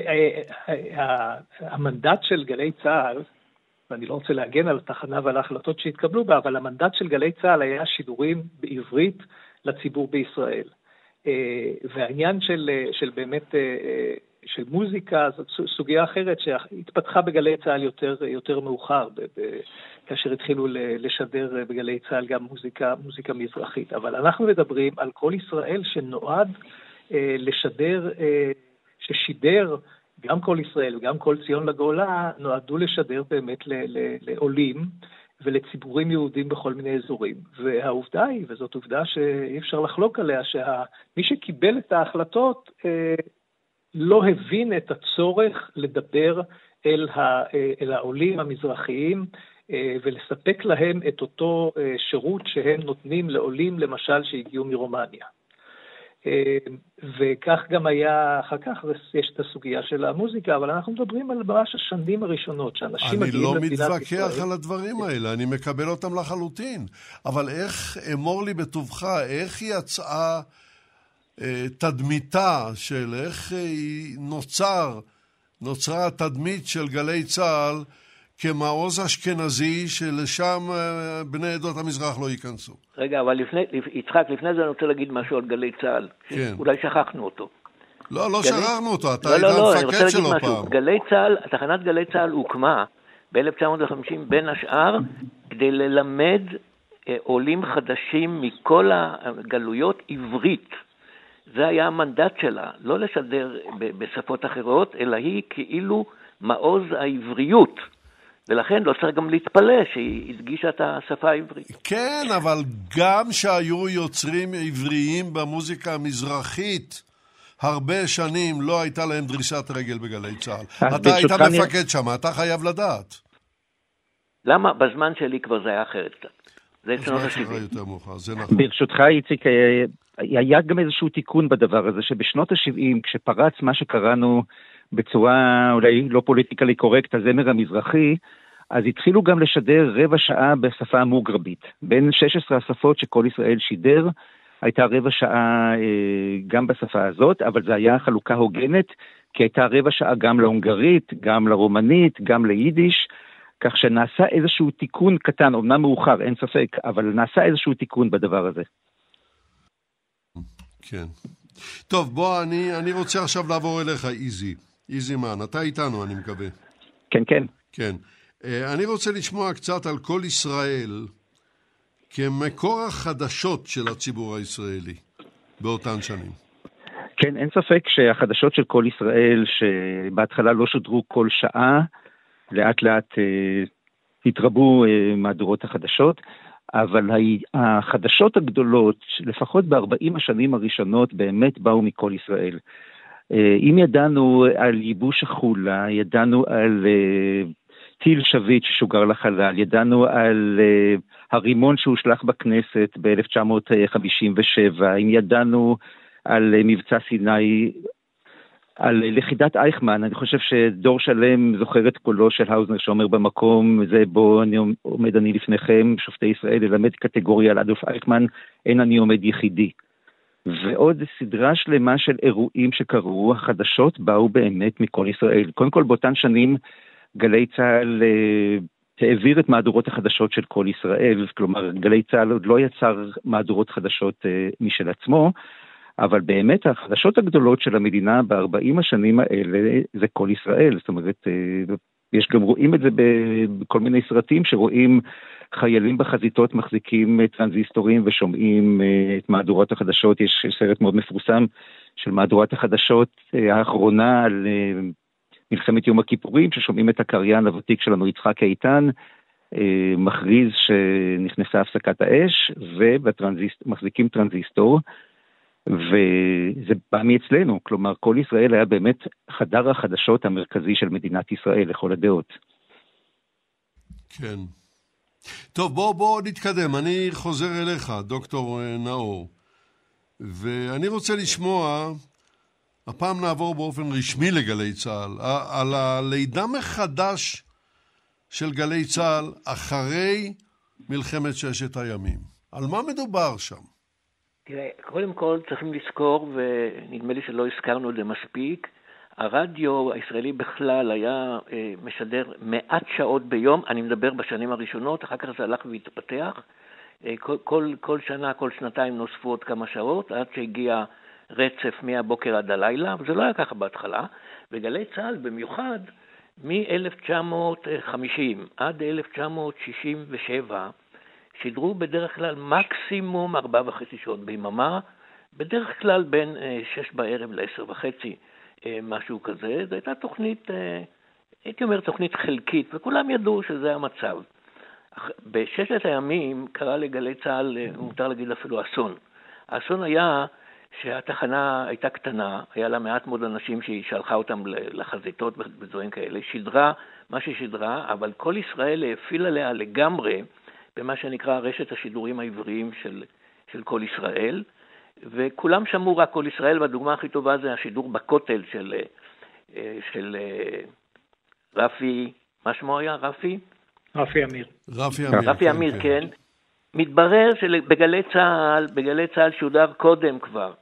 [SPEAKER 5] המנדט של גלי צה"ל, ואני לא רוצה להגן על התחנה ועל ההחלטות שהתקבלו בה, אבל המנדט של גלי צה"ל היה שידורים בעברית לציבור בישראל. והעניין של באמת, של מוזיקה, זאת סוגיה אחרת שהתפתחה בגלי צה"ל יותר מאוחר, כאשר התחילו לשדר בגלי צה"ל גם מוזיקה מזרחית. אבל אנחנו מדברים על כל ישראל שנועד לשדר, ששידר גם כל ישראל וגם כל ציון לגאולה, נועדו לשדר באמת לעולים ולציבורים יהודים בכל מיני אזורים. והעובדה היא, וזאת עובדה שאי אפשר לחלוק עליה, שמי שקיבל את ההחלטות לא הבין את הצורך לדבר אל העולים המזרחיים, ולספק להם את אותו שירות שהם נותנים לעולים, למשל, שהגיעו מרומניה. וכך גם היה, אחר כך יש את הסוגיה של המוזיקה, אבל אנחנו מדברים על ממש השנים הראשונות, שאנשים מגיעים למדינת ישראל.
[SPEAKER 3] אני לא מתווכח על הדברים האלה, אני מקבל אותם לחלוטין. אבל איך, אמור לי בטובך, איך יצאה תדמיתה של, איך נוצרה התדמית של גלי צה"ל, כמעוז אשכנזי שלשם בני עדות המזרח לא ייכנסו.
[SPEAKER 4] רגע, אבל יצחק, לפני זה אני רוצה להגיד משהו על גלי צה"ל. כן. אולי שכחנו אותו.
[SPEAKER 3] לא שכחנו אותו, אתה היית המפקד שלו פעם.
[SPEAKER 4] גלי צה"ל, תחנת גלי צה"ל הוקמה ב-1950 בין השאר, כדי ללמד עולים חדשים מכל הגלויות עברית. זה היה המנדט שלה, לא לשדר בשפות אחרות, אלא היא כאילו מעוז העבריות. ולכן לא צריך גם להתפלא שהיא הדגישה את השפה העברית.
[SPEAKER 3] כן, אבל גם שהיו יוצרים עבריים במוזיקה המזרחית, הרבה שנים לא הייתה להם דריסת רגל בגלי צה"ל. אתה היית מפקד שם, אתה חייב לדעת.
[SPEAKER 4] למה? בזמן שלי כבר זה היה אחרת קצת. זה שנות ה-70.
[SPEAKER 6] נכון. ברשותך, איציק, היה גם איזשהו תיקון בדבר הזה, שבשנות ה-70, כשפרץ מה שקראנו בצורה אולי לא פוליטיקלי קורקט, הזמר המזרחי, אז התחילו גם לשדר רבע שעה בשפה המוגרבית. בין 16 השפות שכל ישראל שידר, הייתה רבע שעה גם בשפה הזאת, אבל זה היה חלוקה הוגנת, כי הייתה רבע שעה גם להונגרית, גם לרומנית, גם ליידיש, כך שנעשה איזשהו תיקון קטן, אומנם מאוחר, אין ספק, אבל נעשה איזשהו תיקון בדבר הזה.
[SPEAKER 3] כן. טוב, בוא, אני רוצה עכשיו לעבור אליך, איזי מן. אתה איתנו, אני מקווה.
[SPEAKER 6] כן, כן.
[SPEAKER 3] כן. אני רוצה לשמוע קצת על כל ישראל כמקור החדשות של הציבור הישראלי באותן שנים.
[SPEAKER 6] כן, אין ספק שהחדשות של כל ישראל, שבהתחלה לא שודרו כל שעה, לאט לאט התרבו מהדורות החדשות, אבל החדשות הגדולות, לפחות ב-40 השנים הראשונות, באמת באו מכל ישראל. אם ידענו על ייבוש החולה, ידענו על טיל שביט ששוגר לחלל, ידענו על הרימון שהושלח בכנסת ב-1957, אם ידענו על מבצע סיני, על לכידת אייכמן, אני חושב שדור שלם זוכר את קולו של האוזנר שאומר במקום, זה בו עומד אני לפניכם, שופטי ישראל, ללמד קטגוריה על אדולף אייכמן, אין אני עומד יחידי. ועוד סדרה שלמה של אירועים שקרו, החדשות באו באמת מכל ישראל. קודם כל באותן שנים גלי צה"ל העביר את מהדורות החדשות של כל ישראל, כלומר גלי צה"ל עוד לא יצר מהדורות חדשות משל עצמו, אבל באמת החדשות הגדולות של המדינה ב-40 השנים האלה זה כל ישראל, זאת אומרת, יש גם רואים את זה בכל מיני סרטים שרואים חיילים בחזיתות מחזיקים טרנזיסטורים ושומעים את מהדורות החדשות, יש סרט מאוד מפורסם של מהדורת החדשות האחרונה על מלחמת יום הכיפורים, ששומעים את הקריין הוותיק שלנו יצחק איתן, מכריז שנכנסה הפסקת האש ומחזיקים טרנזיסטור, וזה בא מאצלנו, כלומר כל ישראל היה באמת חדר החדשות המרכזי של מדינת ישראל לכל הדעות.
[SPEAKER 3] כן. טוב, בוא נתקדם, אני חוזר אליך, דוקטור נאור. ואני רוצה לשמוע, הפעם נעבור באופן רשמי לגלי צה"ל, על הלידה מחדש של גלי צה"ל אחרי מלחמת ששת הימים. על מה מדובר שם?
[SPEAKER 4] תראה, קודם כל צריכים לזכור, ונדמה לי שלא הזכרנו את זה מספיק, הרדיו הישראלי בכלל היה משדר מעט שעות ביום, אני מדבר בשנים הראשונות, אחר כך זה הלך והתפתח, כל שנה, כל שנתיים נוספו עוד כמה שעות, עד שהגיע רצף מהבוקר עד הלילה, וזה לא היה ככה בהתחלה, וגלי צה"ל במיוחד מ-1950 עד 1967, שידרו בדרך כלל מקסימום 4.5 שעות ביממה, בדרך כלל בין 6 בערב ל-10:30, משהו כזה. זו הייתה תוכנית, הייתי אומר תוכנית חלקית, וכולם ידעו שזה המצב. בששת הימים קרה לגלי צה"ל, מותר להגיד אפילו אסון. האסון היה שהתחנה הייתה קטנה, היה לה מעט מאוד אנשים שהיא שלחה אותם לחזיתות ודברים כאלה, שידרה מה ששידרה, אבל כל ישראל הפעיל עליה לגמרי במה שנקרא רשת השידורים העבריים של כל ישראל, וכולם שמעו רק כל ישראל, והדוגמה הכי טובה זה השידור בכותל של רפי, מה שמו היה? רפי
[SPEAKER 5] אמיר.
[SPEAKER 4] רפי אמיר, כן. מתברר שבגלי צה"ל שודר קודם כבר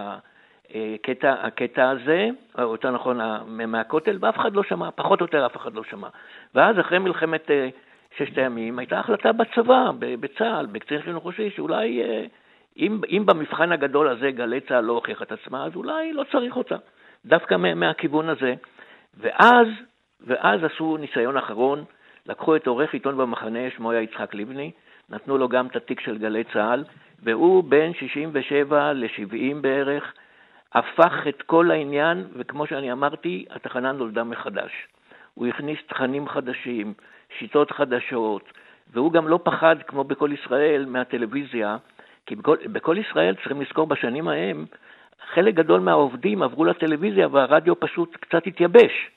[SPEAKER 4] הקטע הזה, או יותר נכון מהכותל, ואף אחד לא שמע, פחות או יותר אף אחד לא שמע. ואז אחרי מלחמת ששת הימים הייתה החלטה בצבא, בצה"ל, בקצין חינוך ראשי, שאולי אם במבחן הגדול הזה גלי צה"ל לא הוכיח את עצמה, אז אולי לא צריך אותה, דווקא מהכיוון הזה. ואז עשו ניסיון אחרון, לקחו את עורך עיתון במחנה, שמו היה יצחק לבני, נתנו לו גם את התיק של גלי צה"ל, והוא בין 67 ל-70 בערך, הפך את כל העניין, וכמו שאני אמרתי, התחנה נולדה מחדש. הוא הכניס תכנים חדשים, שיטות חדשות, והוא גם לא פחד, כמו בכל ישראל, מהטלוויזיה, כי בכל ישראל צריכים לזכור בשנים ההם, חלק גדול מהעובדים עברו לטלוויזיה, והרדיו פשוט קצת התייבש.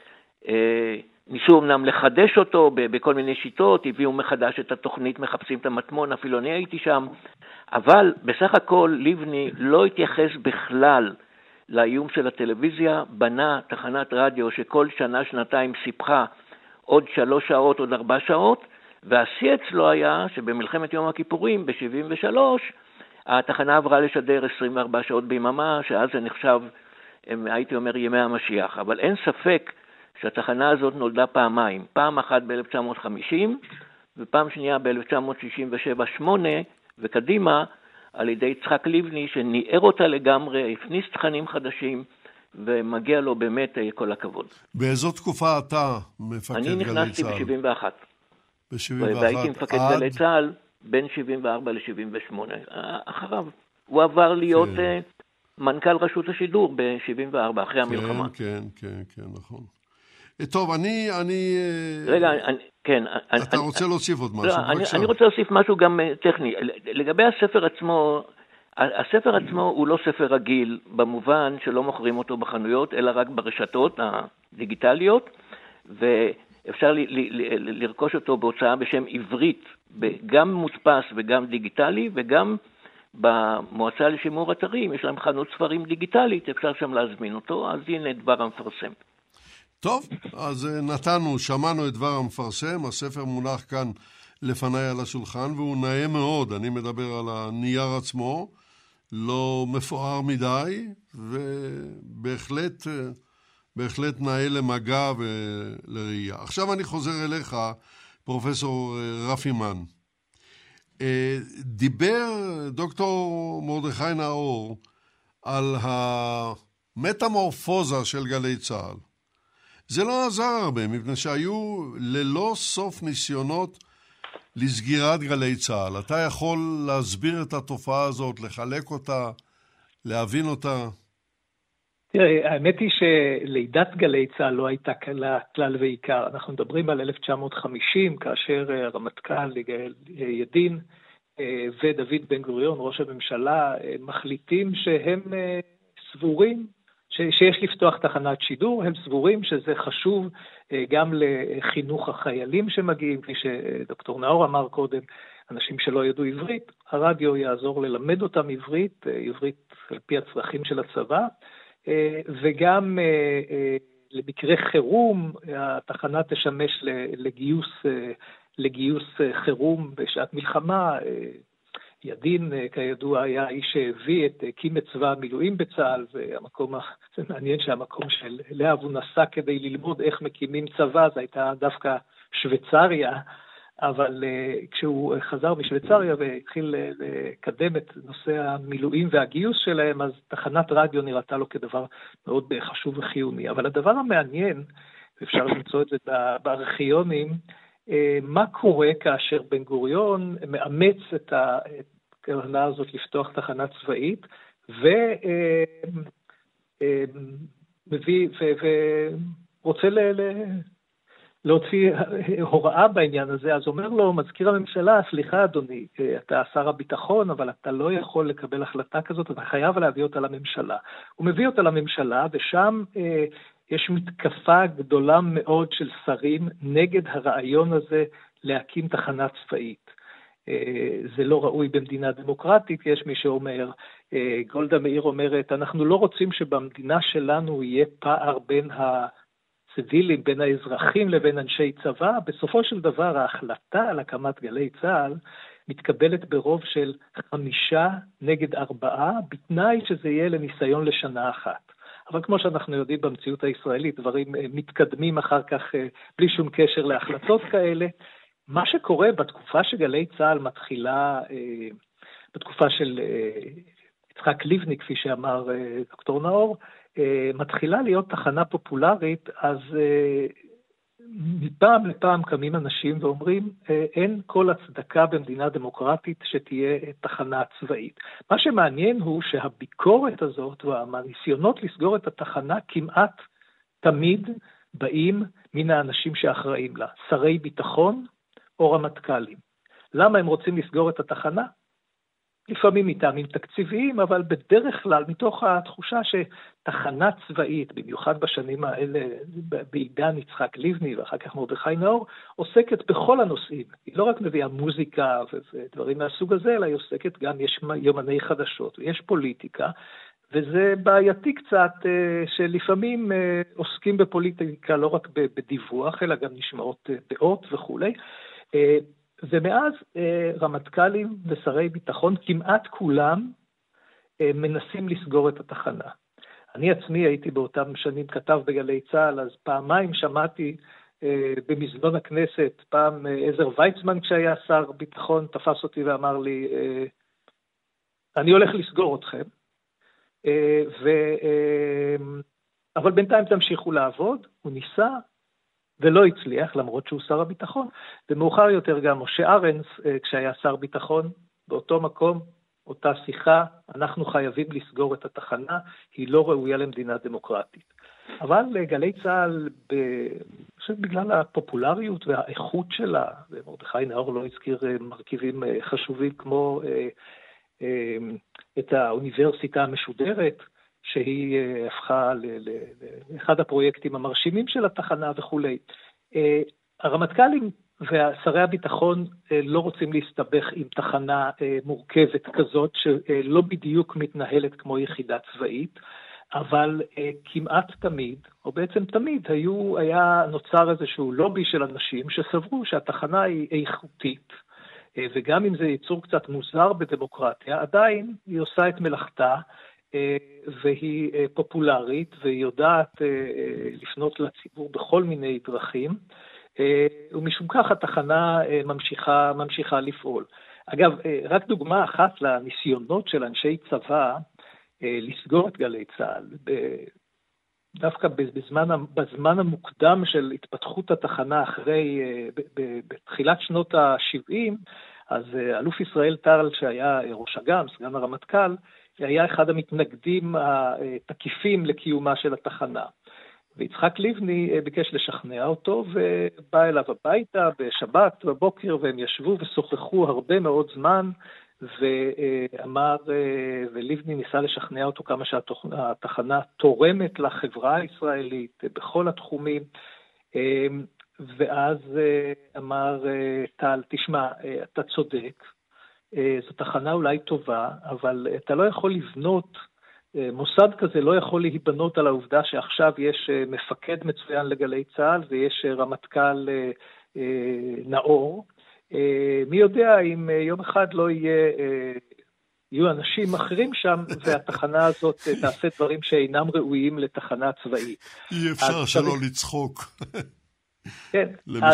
[SPEAKER 4] ניסו אמנם לחדש אותו בכל מיני שיטות, הביאו מחדש את התוכנית, מחפשים את המטמון, אפילו אני הייתי שם, אבל בסך הכל לבני לא התייחס בכלל לאיום של הטלוויזיה, בנה תחנת רדיו שכל שנה, שנתיים סיפחה עוד 3 שעות, עוד 4 שעות, והשיא אצלו היה שבמלחמת יום הכיפורים, ב-73, התחנה עברה לשדר 24 שעות ביממה, שאז זה נחשב, הייתי אומר, ימי המשיח, אבל אין ספק שהתחנה הזאת נולדה פעמיים, פעם אחת ב-1950 ופעם שנייה ב-1967-8 וקדימה על ידי יצחק לבני שניער אותה לגמרי, הכניס תכנים חדשים ומגיע לו באמת כל הכבוד.
[SPEAKER 3] באיזו תקופה אתה מפקד גלי צה"ל?
[SPEAKER 4] אני נכנסתי ב-71.
[SPEAKER 3] ב-71.
[SPEAKER 4] והייתי מפקד גלי צה"ל בין 74 ל-78. אחריו הוא עבר להיות מנכ"ל רשות השידור ב-74 אחרי המלחמה.
[SPEAKER 3] כן, נכון. טוב, אני...
[SPEAKER 4] רגע, כן.
[SPEAKER 3] אתה רוצה להוסיף עוד משהו?
[SPEAKER 4] אני רוצה להוסיף משהו גם טכני. לגבי הספר עצמו, הספר עצמו הוא לא ספר רגיל, במובן שלא מוכרים אותו בחנויות, אלא רק ברשתות הדיגיטליות, ואפשר לרכוש אותו בהוצאה בשם עברית, גם מודפס וגם דיגיטלי, וגם במועצה לשימור אתרים, יש להם חנות ספרים דיגיטלית, אפשר שם להזמין אותו, אז הנה דבר המפרסם.
[SPEAKER 3] טוב, אז שמענו את דבר המפרסם, הספר מונח כאן לפניי על השולחן, והוא נאה מאוד, אני מדבר על הנייר עצמו, לא מפואר מדי, ובהחלט נאה למגע ולראייה. עכשיו אני חוזר אליך, פרופסור רפי מן. דיבר דוקטור מרדכי נאור על המטמורפוזה של גלי צה"ל. זה לא עזר הרבה, מפני שהיו ללא סוף ניסיונות לסגירת גלי צה"ל. אתה יכול להסביר את התופעה הזאת, לחלק אותה, להבין אותה?
[SPEAKER 5] תראה, האמת היא שלידת גלי צה"ל לא הייתה קלה כלל ועיקר. אנחנו מדברים על 1950, כאשר הרמטכ"ל ידין ודוד בן גוריון, ראש הממשלה, מחליטים שהם סבורים שיש לפתוח תחנת שידור, הם סבורים שזה חשוב גם לחינוך החיילים שמגיעים, כפי שדוקטור נאור אמר קודם, אנשים שלא ידעו עברית, הרדיו יעזור ללמד אותם עברית על פי הצרכים של הצבא, וגם למקרה חירום, התחנה תשמש לגיוס חירום בשעת מלחמה. ידין, כידוע, היה האיש שהביא הקים את צבא המילואים בצה"ל, והמקום, זה מעניין שהמקום של להב הוא נסע כדי ללמוד איך מקימים צבא, זה הייתה דווקא שוויצריה, אבל כשהוא חזר משוויצריה והתחיל לקדם את נושא המילואים והגיוס שלהם, אז תחנת רדיו נראתה לו כדבר מאוד חשוב וחיוני. אבל הדבר המעניין, ואפשר למצוא את זה בארכיונים, מה קורה כאשר בן גוריון מאמץ את הכוונה הזאת לפתוח תחנה צבאית, ורוצה להוציא הוראה בעניין הזה, אז אומר לו מזכיר הממשלה, סליחה אדוני, אתה שר הביטחון, אבל אתה לא יכול לקבל החלטה כזאת, אתה חייב להביא אותה לממשלה. הוא מביא אותה לממשלה, ושם יש מתקפה גדולה מאוד של שרים נגד הרעיון הזה להקים תחנה צבאית. זה לא ראוי במדינה דמוקרטית, יש מי שאומר, גולדה מאיר אומרת, אנחנו לא רוצים שבמדינה שלנו יהיה פער בין הציבילים, בין האזרחים לבין אנשי צבא. בסופו של דבר ההחלטה על הקמת גלי צה"ל מתקבלת ברוב של 5-4, בתנאי שזה יהיה לניסיון לשנה אחת. אבל כמו שאנחנו יודעים במציאות הישראלית, דברים מתקדמים אחר כך בלי שום קשר להחלטות כאלה. מה שקורה בתקופה שגלי צה"ל מתחילה, בתקופה של יצחק לבני, כפי שאמר דוקטור נאור, מתחילה להיות תחנה פופולרית, אז מפעם לפעם קמים אנשים ואומרים, אין כל הצדקה במדינה דמוקרטית שתהיה תחנה צבאית. מה שמעניין הוא שהביקורת הזאת והניסיונות לסגור את התחנה כמעט תמיד באים מן האנשים שאחראים לה, שרי ביטחון או רמטכ"לים. למה הם רוצים לסגור את התחנה? לפעמים מטעמים תקציביים, אבל בדרך כלל מתוך התחושה שתחנה צבאית, במיוחד בשנים האלה, בעידן יצחק לבני ואחר כך מרדכי נאור, עוסקת בכל הנושאים. היא לא רק מביאה מוזיקה ודברים מהסוג הזה, אלא היא עוסקת גם, יש יומני חדשות ויש פוליטיקה, וזה בעייתי קצת שלפעמים עוסקים בפוליטיקה לא רק בדיווח, אלא גם נשמעות דעות וכו'. ומאז רמטכ"לים ושרי ביטחון, כמעט כולם מנסים לסגור את התחנה. אני עצמי הייתי באותם שנים כתב בגלי צה"ל, אז פעמיים שמעתי במזנון הכנסת, פעם עזר ויצמן כשהיה שר ביטחון, תפס אותי ואמר לי, אני הולך לסגור אתכם, אבל בינתיים תמשיכו לעבוד. הוא ניסה, ולא הצליח, למרות שהוא שר הביטחון. ומאוחר יותר גם משה ארנס, כשהיה שר ביטחון, באותו מקום, אותה שיחה, אנחנו חייבים לסגור את התחנה, היא לא ראויה למדינה דמוקרטית. אבל גלי צה"ל, בגלל הפופולריות והאיכות שלה, ומרדכי נאור לא הזכיר מרכיבים חשובים כמו את האוניברסיטה המשודרת, שהיא הפכה לאחד הפרויקטים המרשימים של התחנה וכו'. הרמטכ"לים ושרי הביטחון לא רוצים להסתבך עם תחנה מורכבת כזאת, שלא בדיוק מתנהלת כמו יחידה צבאית, אבל כמעט תמיד, או בעצם תמיד, היה נוצר איזשהו לובי של אנשים שסברו שהתחנה היא איכותית, וגם אם זה ייצור קצת מוזר בדמוקרטיה, עדיין היא עושה את מלאכתה, והיא פופולרית, והיא יודעת לפנות לציבור בכל מיני דרכים, ומשום כך התחנה ממשיכה לפעול. אגב, רק דוגמה אחת לניסיונות של אנשי צבא לסגור את גלי צה"ל, דווקא בזמן המוקדם של התפתחות התחנה בתחילת שנות ה-70, אז אלוף ישראל טרל שהיה ראש אג"ם, סגן הרמטכ"ל, היה אחד המתנגדים התקיפים לקיומה של התחנה. ויצחק לבני ביקש לשכנע אותו, ובא אליו הביתה בשבת בבוקר, והם ישבו ושוחחו הרבה מאוד זמן, ואמר, ולבני ניסה לשכנע אותו כמה שהתחנה תורמת לחברה הישראלית בכל התחומים. ואז אמר טל, תשמע, אתה צודק, זו תחנה אולי טובה, אבל אתה לא יכול לבנות, מוסד כזה לא יכול להיבנות על העובדה שעכשיו יש מפקד מצוין לגלי צה"ל, ויש רמטכ"ל נאור. מי יודע אם יום אחד לא יהיו אנשים אחרים שם, והתחנה הזאת תעשה דברים שאינם ראויים לתחנה צבאית.
[SPEAKER 3] אי אפשר שלא לצחוק.
[SPEAKER 5] כן,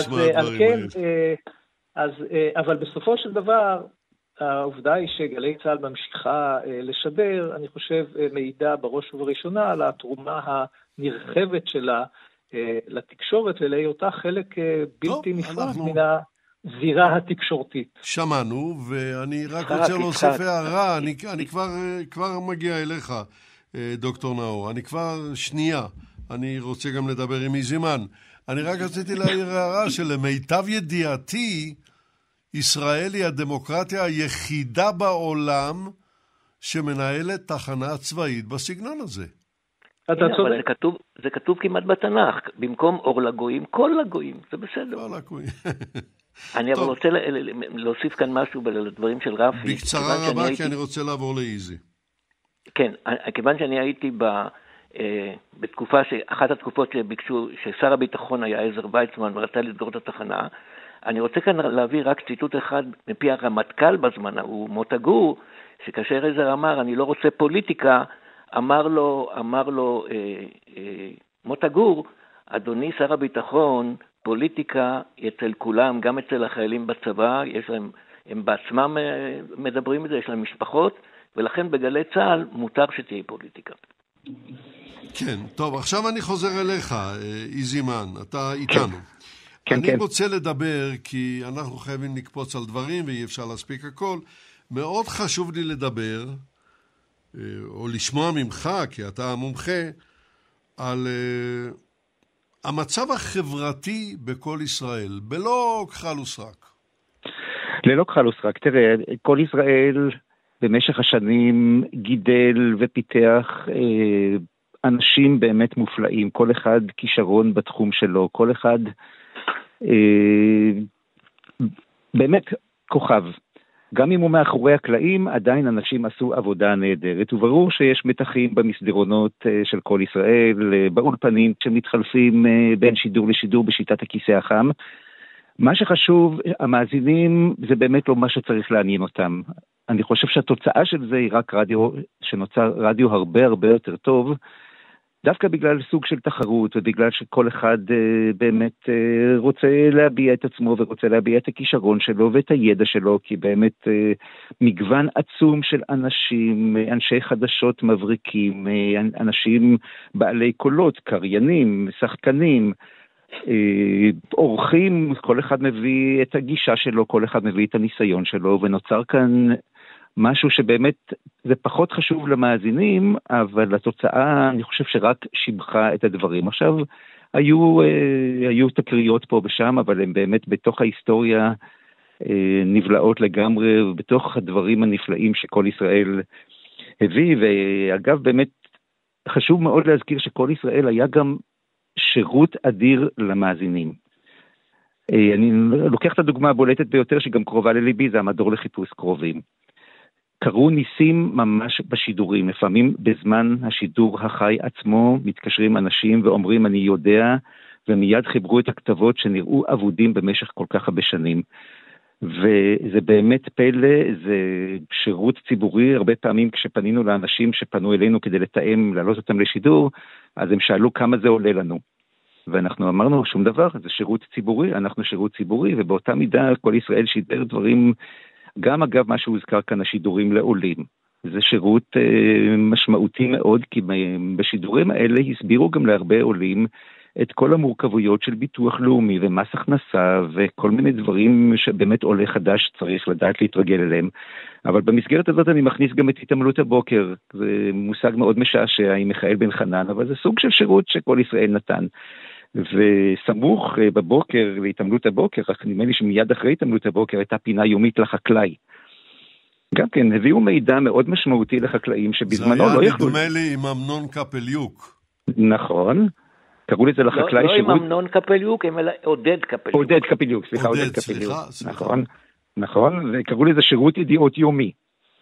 [SPEAKER 5] אבל בסופו של דבר, העובדה היא שגלי צה"ל ממשיכה לשדר, אני חושב, מעידה בראש ובראשונה על התרומה הנרחבת שלה לתקשורת, ולהיותה חלק בלתי נפרד מן הזירה התקשורתית.
[SPEAKER 3] שמענו, ואני רק רוצה להוסיף הערה, אני כבר מגיע אליך, דוקטור נאור, אני כבר שנייה, אני רוצה גם לדבר עם איזימן. אני רק רציתי להעיר הערה שלמיטב ידיעתי, ישראל היא הדמוקרטיה היחידה בעולם שמנהלת תחנה צבאית בסגנון הזה.
[SPEAKER 4] אבל זה כתוב כמעט בתנ"ך, במקום אור לגויים, כל לגויים, זה בסדר.
[SPEAKER 3] כל לגויים.
[SPEAKER 4] אני אבל רוצה להוסיף כאן משהו לדברים של רפי.
[SPEAKER 3] בקצרה רבה, כי אני רוצה לעבור לאיזי.
[SPEAKER 4] כן, כיוון שאני הייתי בתקופה, אחת התקופות שביקשו, ששר הביטחון היה עזר ויצמן ורצה לסגור את התחנה, אני רוצה כאן להביא רק ציטוט אחד מפי הרמטכ"ל בזמן, הוא מוטה גור, שכאשר עזר אמר, אני לא רוצה פוליטיקה, אמר לו מוטה גור, אדוני שר הביטחון, פוליטיקה אצל כולם, גם אצל החיילים בצבא, הם בעצמם מדברים את זה, יש להם משפחות, ולכן בגלי צה"ל מותר שתהיה פוליטיקה.
[SPEAKER 3] כן, טוב, עכשיו אני חוזר אליך, איזימן, אתה איתנו. אני רוצה לדבר, כי אנחנו חייבים לקפוץ על דברים, ואי אפשר להספיק הכל. מאוד חשוב לי לדבר, או לשמוע ממך, כי אתה המומחה, על המצב החברתי בכל ישראל, בלא כחל וסרק.
[SPEAKER 6] ללא כחל וסרק. תראה, כל ישראל במשך השנים גידל ופיתח אנשים באמת מופלאים, כל אחד כישרון בתחום שלו, כל אחד באמת כוכב. גם אם הוא מאחורי הקלעים, עדיין אנשים עשו עבודה נהדרת, וברור שיש מתחים במסדרונות של כל ישראל, באולפנים שמתחלפים בין שידור לשידור בשיטת הכיסא החם. מה שחשוב, המאזינים, זה באמת לא מה שצריך לעניין אותם. אני חושב שהתוצאה של זה היא רק רדיו, שנוצר רדיו הרבה הרבה יותר טוב, דווקא בגלל סוג של תחרות, ובגלל שכל אחד באמת רוצה להביע את עצמו, ורוצה להביע את הכישרון שלו, ואת הידע שלו, כי באמת מגוון עצום של אנשים, אנשי חדשות מבריקים, אנשים בעלי קולות, קריינים, שחקנים, אורחים, כל אחד מביא את הגישה שלו, כל אחד מביא את הניסיון שלו, ונוצר כאן משהו שבאמת זה פחות חשוב למאזינים, אבל התוצאה אני חושב שרק שיבחה את הדברים. עכשיו היו תקריות פה ושם, אבל הם באמת בתוך ההיסטוריה נבלעות לגמרי, ובתוך הדברים הנפלאים שכל ישראל הביא, ואגב באמת חשוב מאוד להזכיר שכל ישראל היה גם שירות אדיר למאזינים. אני לוקח את הדוגמה הבולטת ביותר שגם קרובה לליבי, זה המדור לחיפוש קרובים. קרו ניסים ממש בשידורים, לפעמים בזמן השידור החי עצמו מתקשרים אנשים ואומרים אני יודע, ומיד חיברו את הכתבות שנראו עבודים במשך כל כך הרבה שנים. וזה באמת פלא, זה שירות ציבורי, הרבה פעמים כשפנינו לאנשים שפנו אלינו כדי לתאם, להעלות אותם לשידור, אז הם שאלו כמה זה עולה לנו. ואנחנו אמרנו שום דבר, זה שירות ציבורי, אנחנו שירות ציבורי, ובאותה מידה כל ישראל שידר דברים, גם אגב מה שהוזכר כאן השידורים לעולים. זה שירות משמעותי מאוד, כי בשידורים האלה הסבירו גם להרבה עולים את כל המורכבויות של ביטוח לאומי ומס הכנסה וכל מיני דברים שבאמת עולה חדש צריך לדעת להתרגל אליהם. אבל במסגרת הזאת אני מכניס גם את התעמלות הבוקר. זה מושג מאוד משעשע עם מיכאל בן חנן, אבל זה סוג של שירות שכל ישראל נתן. וסמוך בבוקר להתעמלות הבוקר, נדמה לי שמיד אחרי התעמלות הבוקר הייתה פינה יומית לחקלאי. גם כן, הביאו מידע מאוד משמעותי לחקלאים שבזמנו לא יכלו...
[SPEAKER 3] זה היה נדמה לי עם אמנון קפליוק.
[SPEAKER 6] נכון. קראו לזה לחקלאי שירות...
[SPEAKER 4] לא עם אמנון קפליוק, אלא עודד קפליוק.
[SPEAKER 6] עודד קפליוק, סליחה, עודד קפליוק. נכון, וקראו לזה שירות ידיעות יומי.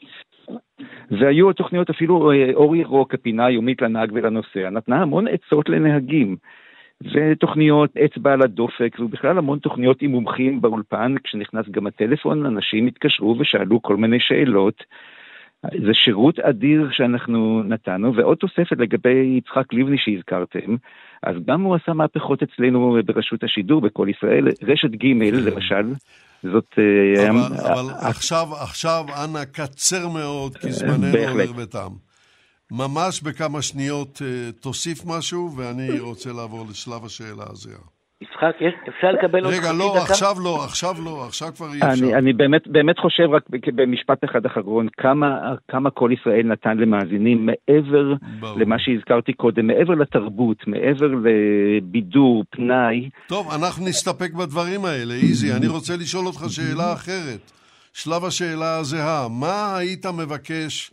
[SPEAKER 6] והיו תוכניות אפילו אור ירוק, הפינה היומית לנהג ולנוסע, נתנה המון עצות לנהגים, ותוכניות אצבע על הדופק, ובכלל המון תוכניות עם מומחים באולפן, כשנכנס גם הטלפון, אנשים התקשרו ושאלו כל מיני שאלות. זה שירות אדיר שאנחנו נתנו, ועוד תוספת לגבי יצחק לבני שהזכרתם, אז גם הוא עשה מהפכות אצלנו ברשות השידור בכל ישראל, רשת ג' למשל, זאת...
[SPEAKER 3] אבל עכשיו אנא קצר מאוד, כי זמננו עובר בתם. ממש בכמה שניות תוסיף משהו, ואני רוצה לעבור לשלב השאלה הזה.
[SPEAKER 4] יצחק, אפשר לקבל עוד
[SPEAKER 3] רגע, לא, עכשיו כבר אי אפשר.
[SPEAKER 6] אני באמת חושב רק במשפט אחד אחרון, כמה כל ישראל נתן למאזינים מעבר למה שהזכרתי קודם, מעבר לתרבות, מעבר לבידור, פנאי.
[SPEAKER 3] טוב, אנחנו נסתפק בדברים האלה, איזי. אני רוצה לשאול אותך שאלה אחרת. שלב השאלה הזהה, מה היית מבקש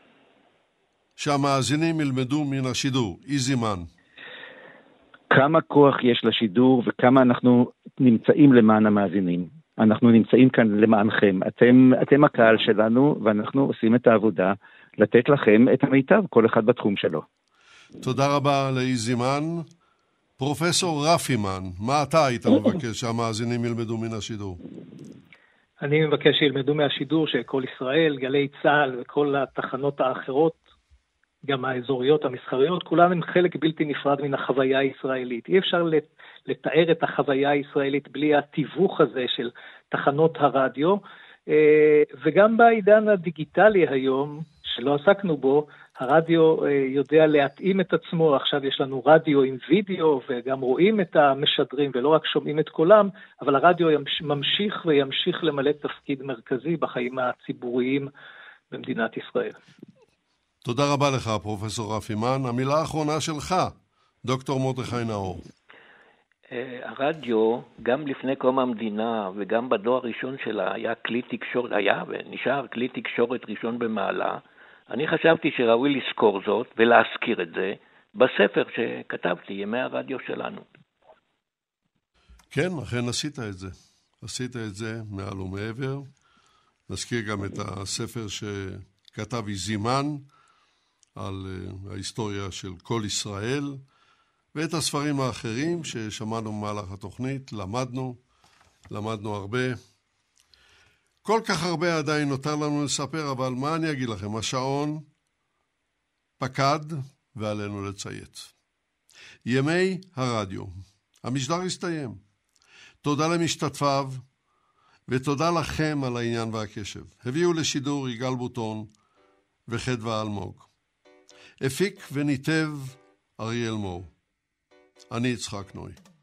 [SPEAKER 3] שהמאזינים ילמדו מן השידור? איזי מן.
[SPEAKER 6] כמה כוח יש לשידור וכמה אנחנו נמצאים למען המאזינים. אנחנו נמצאים כאן למענכם. אתם הקהל שלנו, ואנחנו עושים את העבודה לתת לכם את המיטב, כל אחד בתחום שלו.
[SPEAKER 3] תודה רבה לאיזי מן. פרופסור רפי מן, מה אתה היית מבקש שהמאזינים ילמדו מן השידור?
[SPEAKER 5] אני מבקש שילמדו מהשידור שכל ישראל, גלי צהל וכל התחנות האחרות, גם האזוריות, המסחריות, כולן הם חלק בלתי נפרד מן החוויה הישראלית. אי אפשר לתאר את החוויה הישראלית בלי התיווך הזה של תחנות הרדיו, וגם בעידן הדיגיטלי היום, שלא עסקנו בו, הרדיו יודע להתאים את עצמו. עכשיו יש לנו רדיו עם וידאו, וגם רואים את המשדרים ולא רק שומעים את קולם, אבל הרדיו ממשיך וימשיך למלא תפקיד מרכזי בחיים הציבוריים במדינת ישראל.
[SPEAKER 3] תודה רבה לך, פרופסור רפי מן. המילה האחרונה שלך, דוקטור מרדכי נאור.
[SPEAKER 4] הרדיו, גם לפני קום המדינה וגם בדור הראשון שלה, היה ונשאר כלי תקשורת ראשון במעלה. אני חשבתי שראוי לזכור זאת ולהזכיר את זה בספר שכתבתי, ימי הרדיו שלנו.
[SPEAKER 3] כן, אכן עשית את זה. עשית את זה מעל ומעבר. נזכיר גם את הספר שכתב איזי מן, על ההיסטוריה של כל ישראל, ואת הספרים האחרים ששמענו במהלך התוכנית, למדנו הרבה. כל כך הרבה עדיין נותר לנו לספר, אבל מה אני אגיד לכם? השעון פקד ועלינו לציית. ימי הרדיו. המשדר הסתיים. תודה למשתתפיו, ותודה לכם על העניין והקשב. הביאו לשידור יגאל בוטון וחדווה אלמוג. הפיק וניתב אריאל מור. אני יצחק נוי.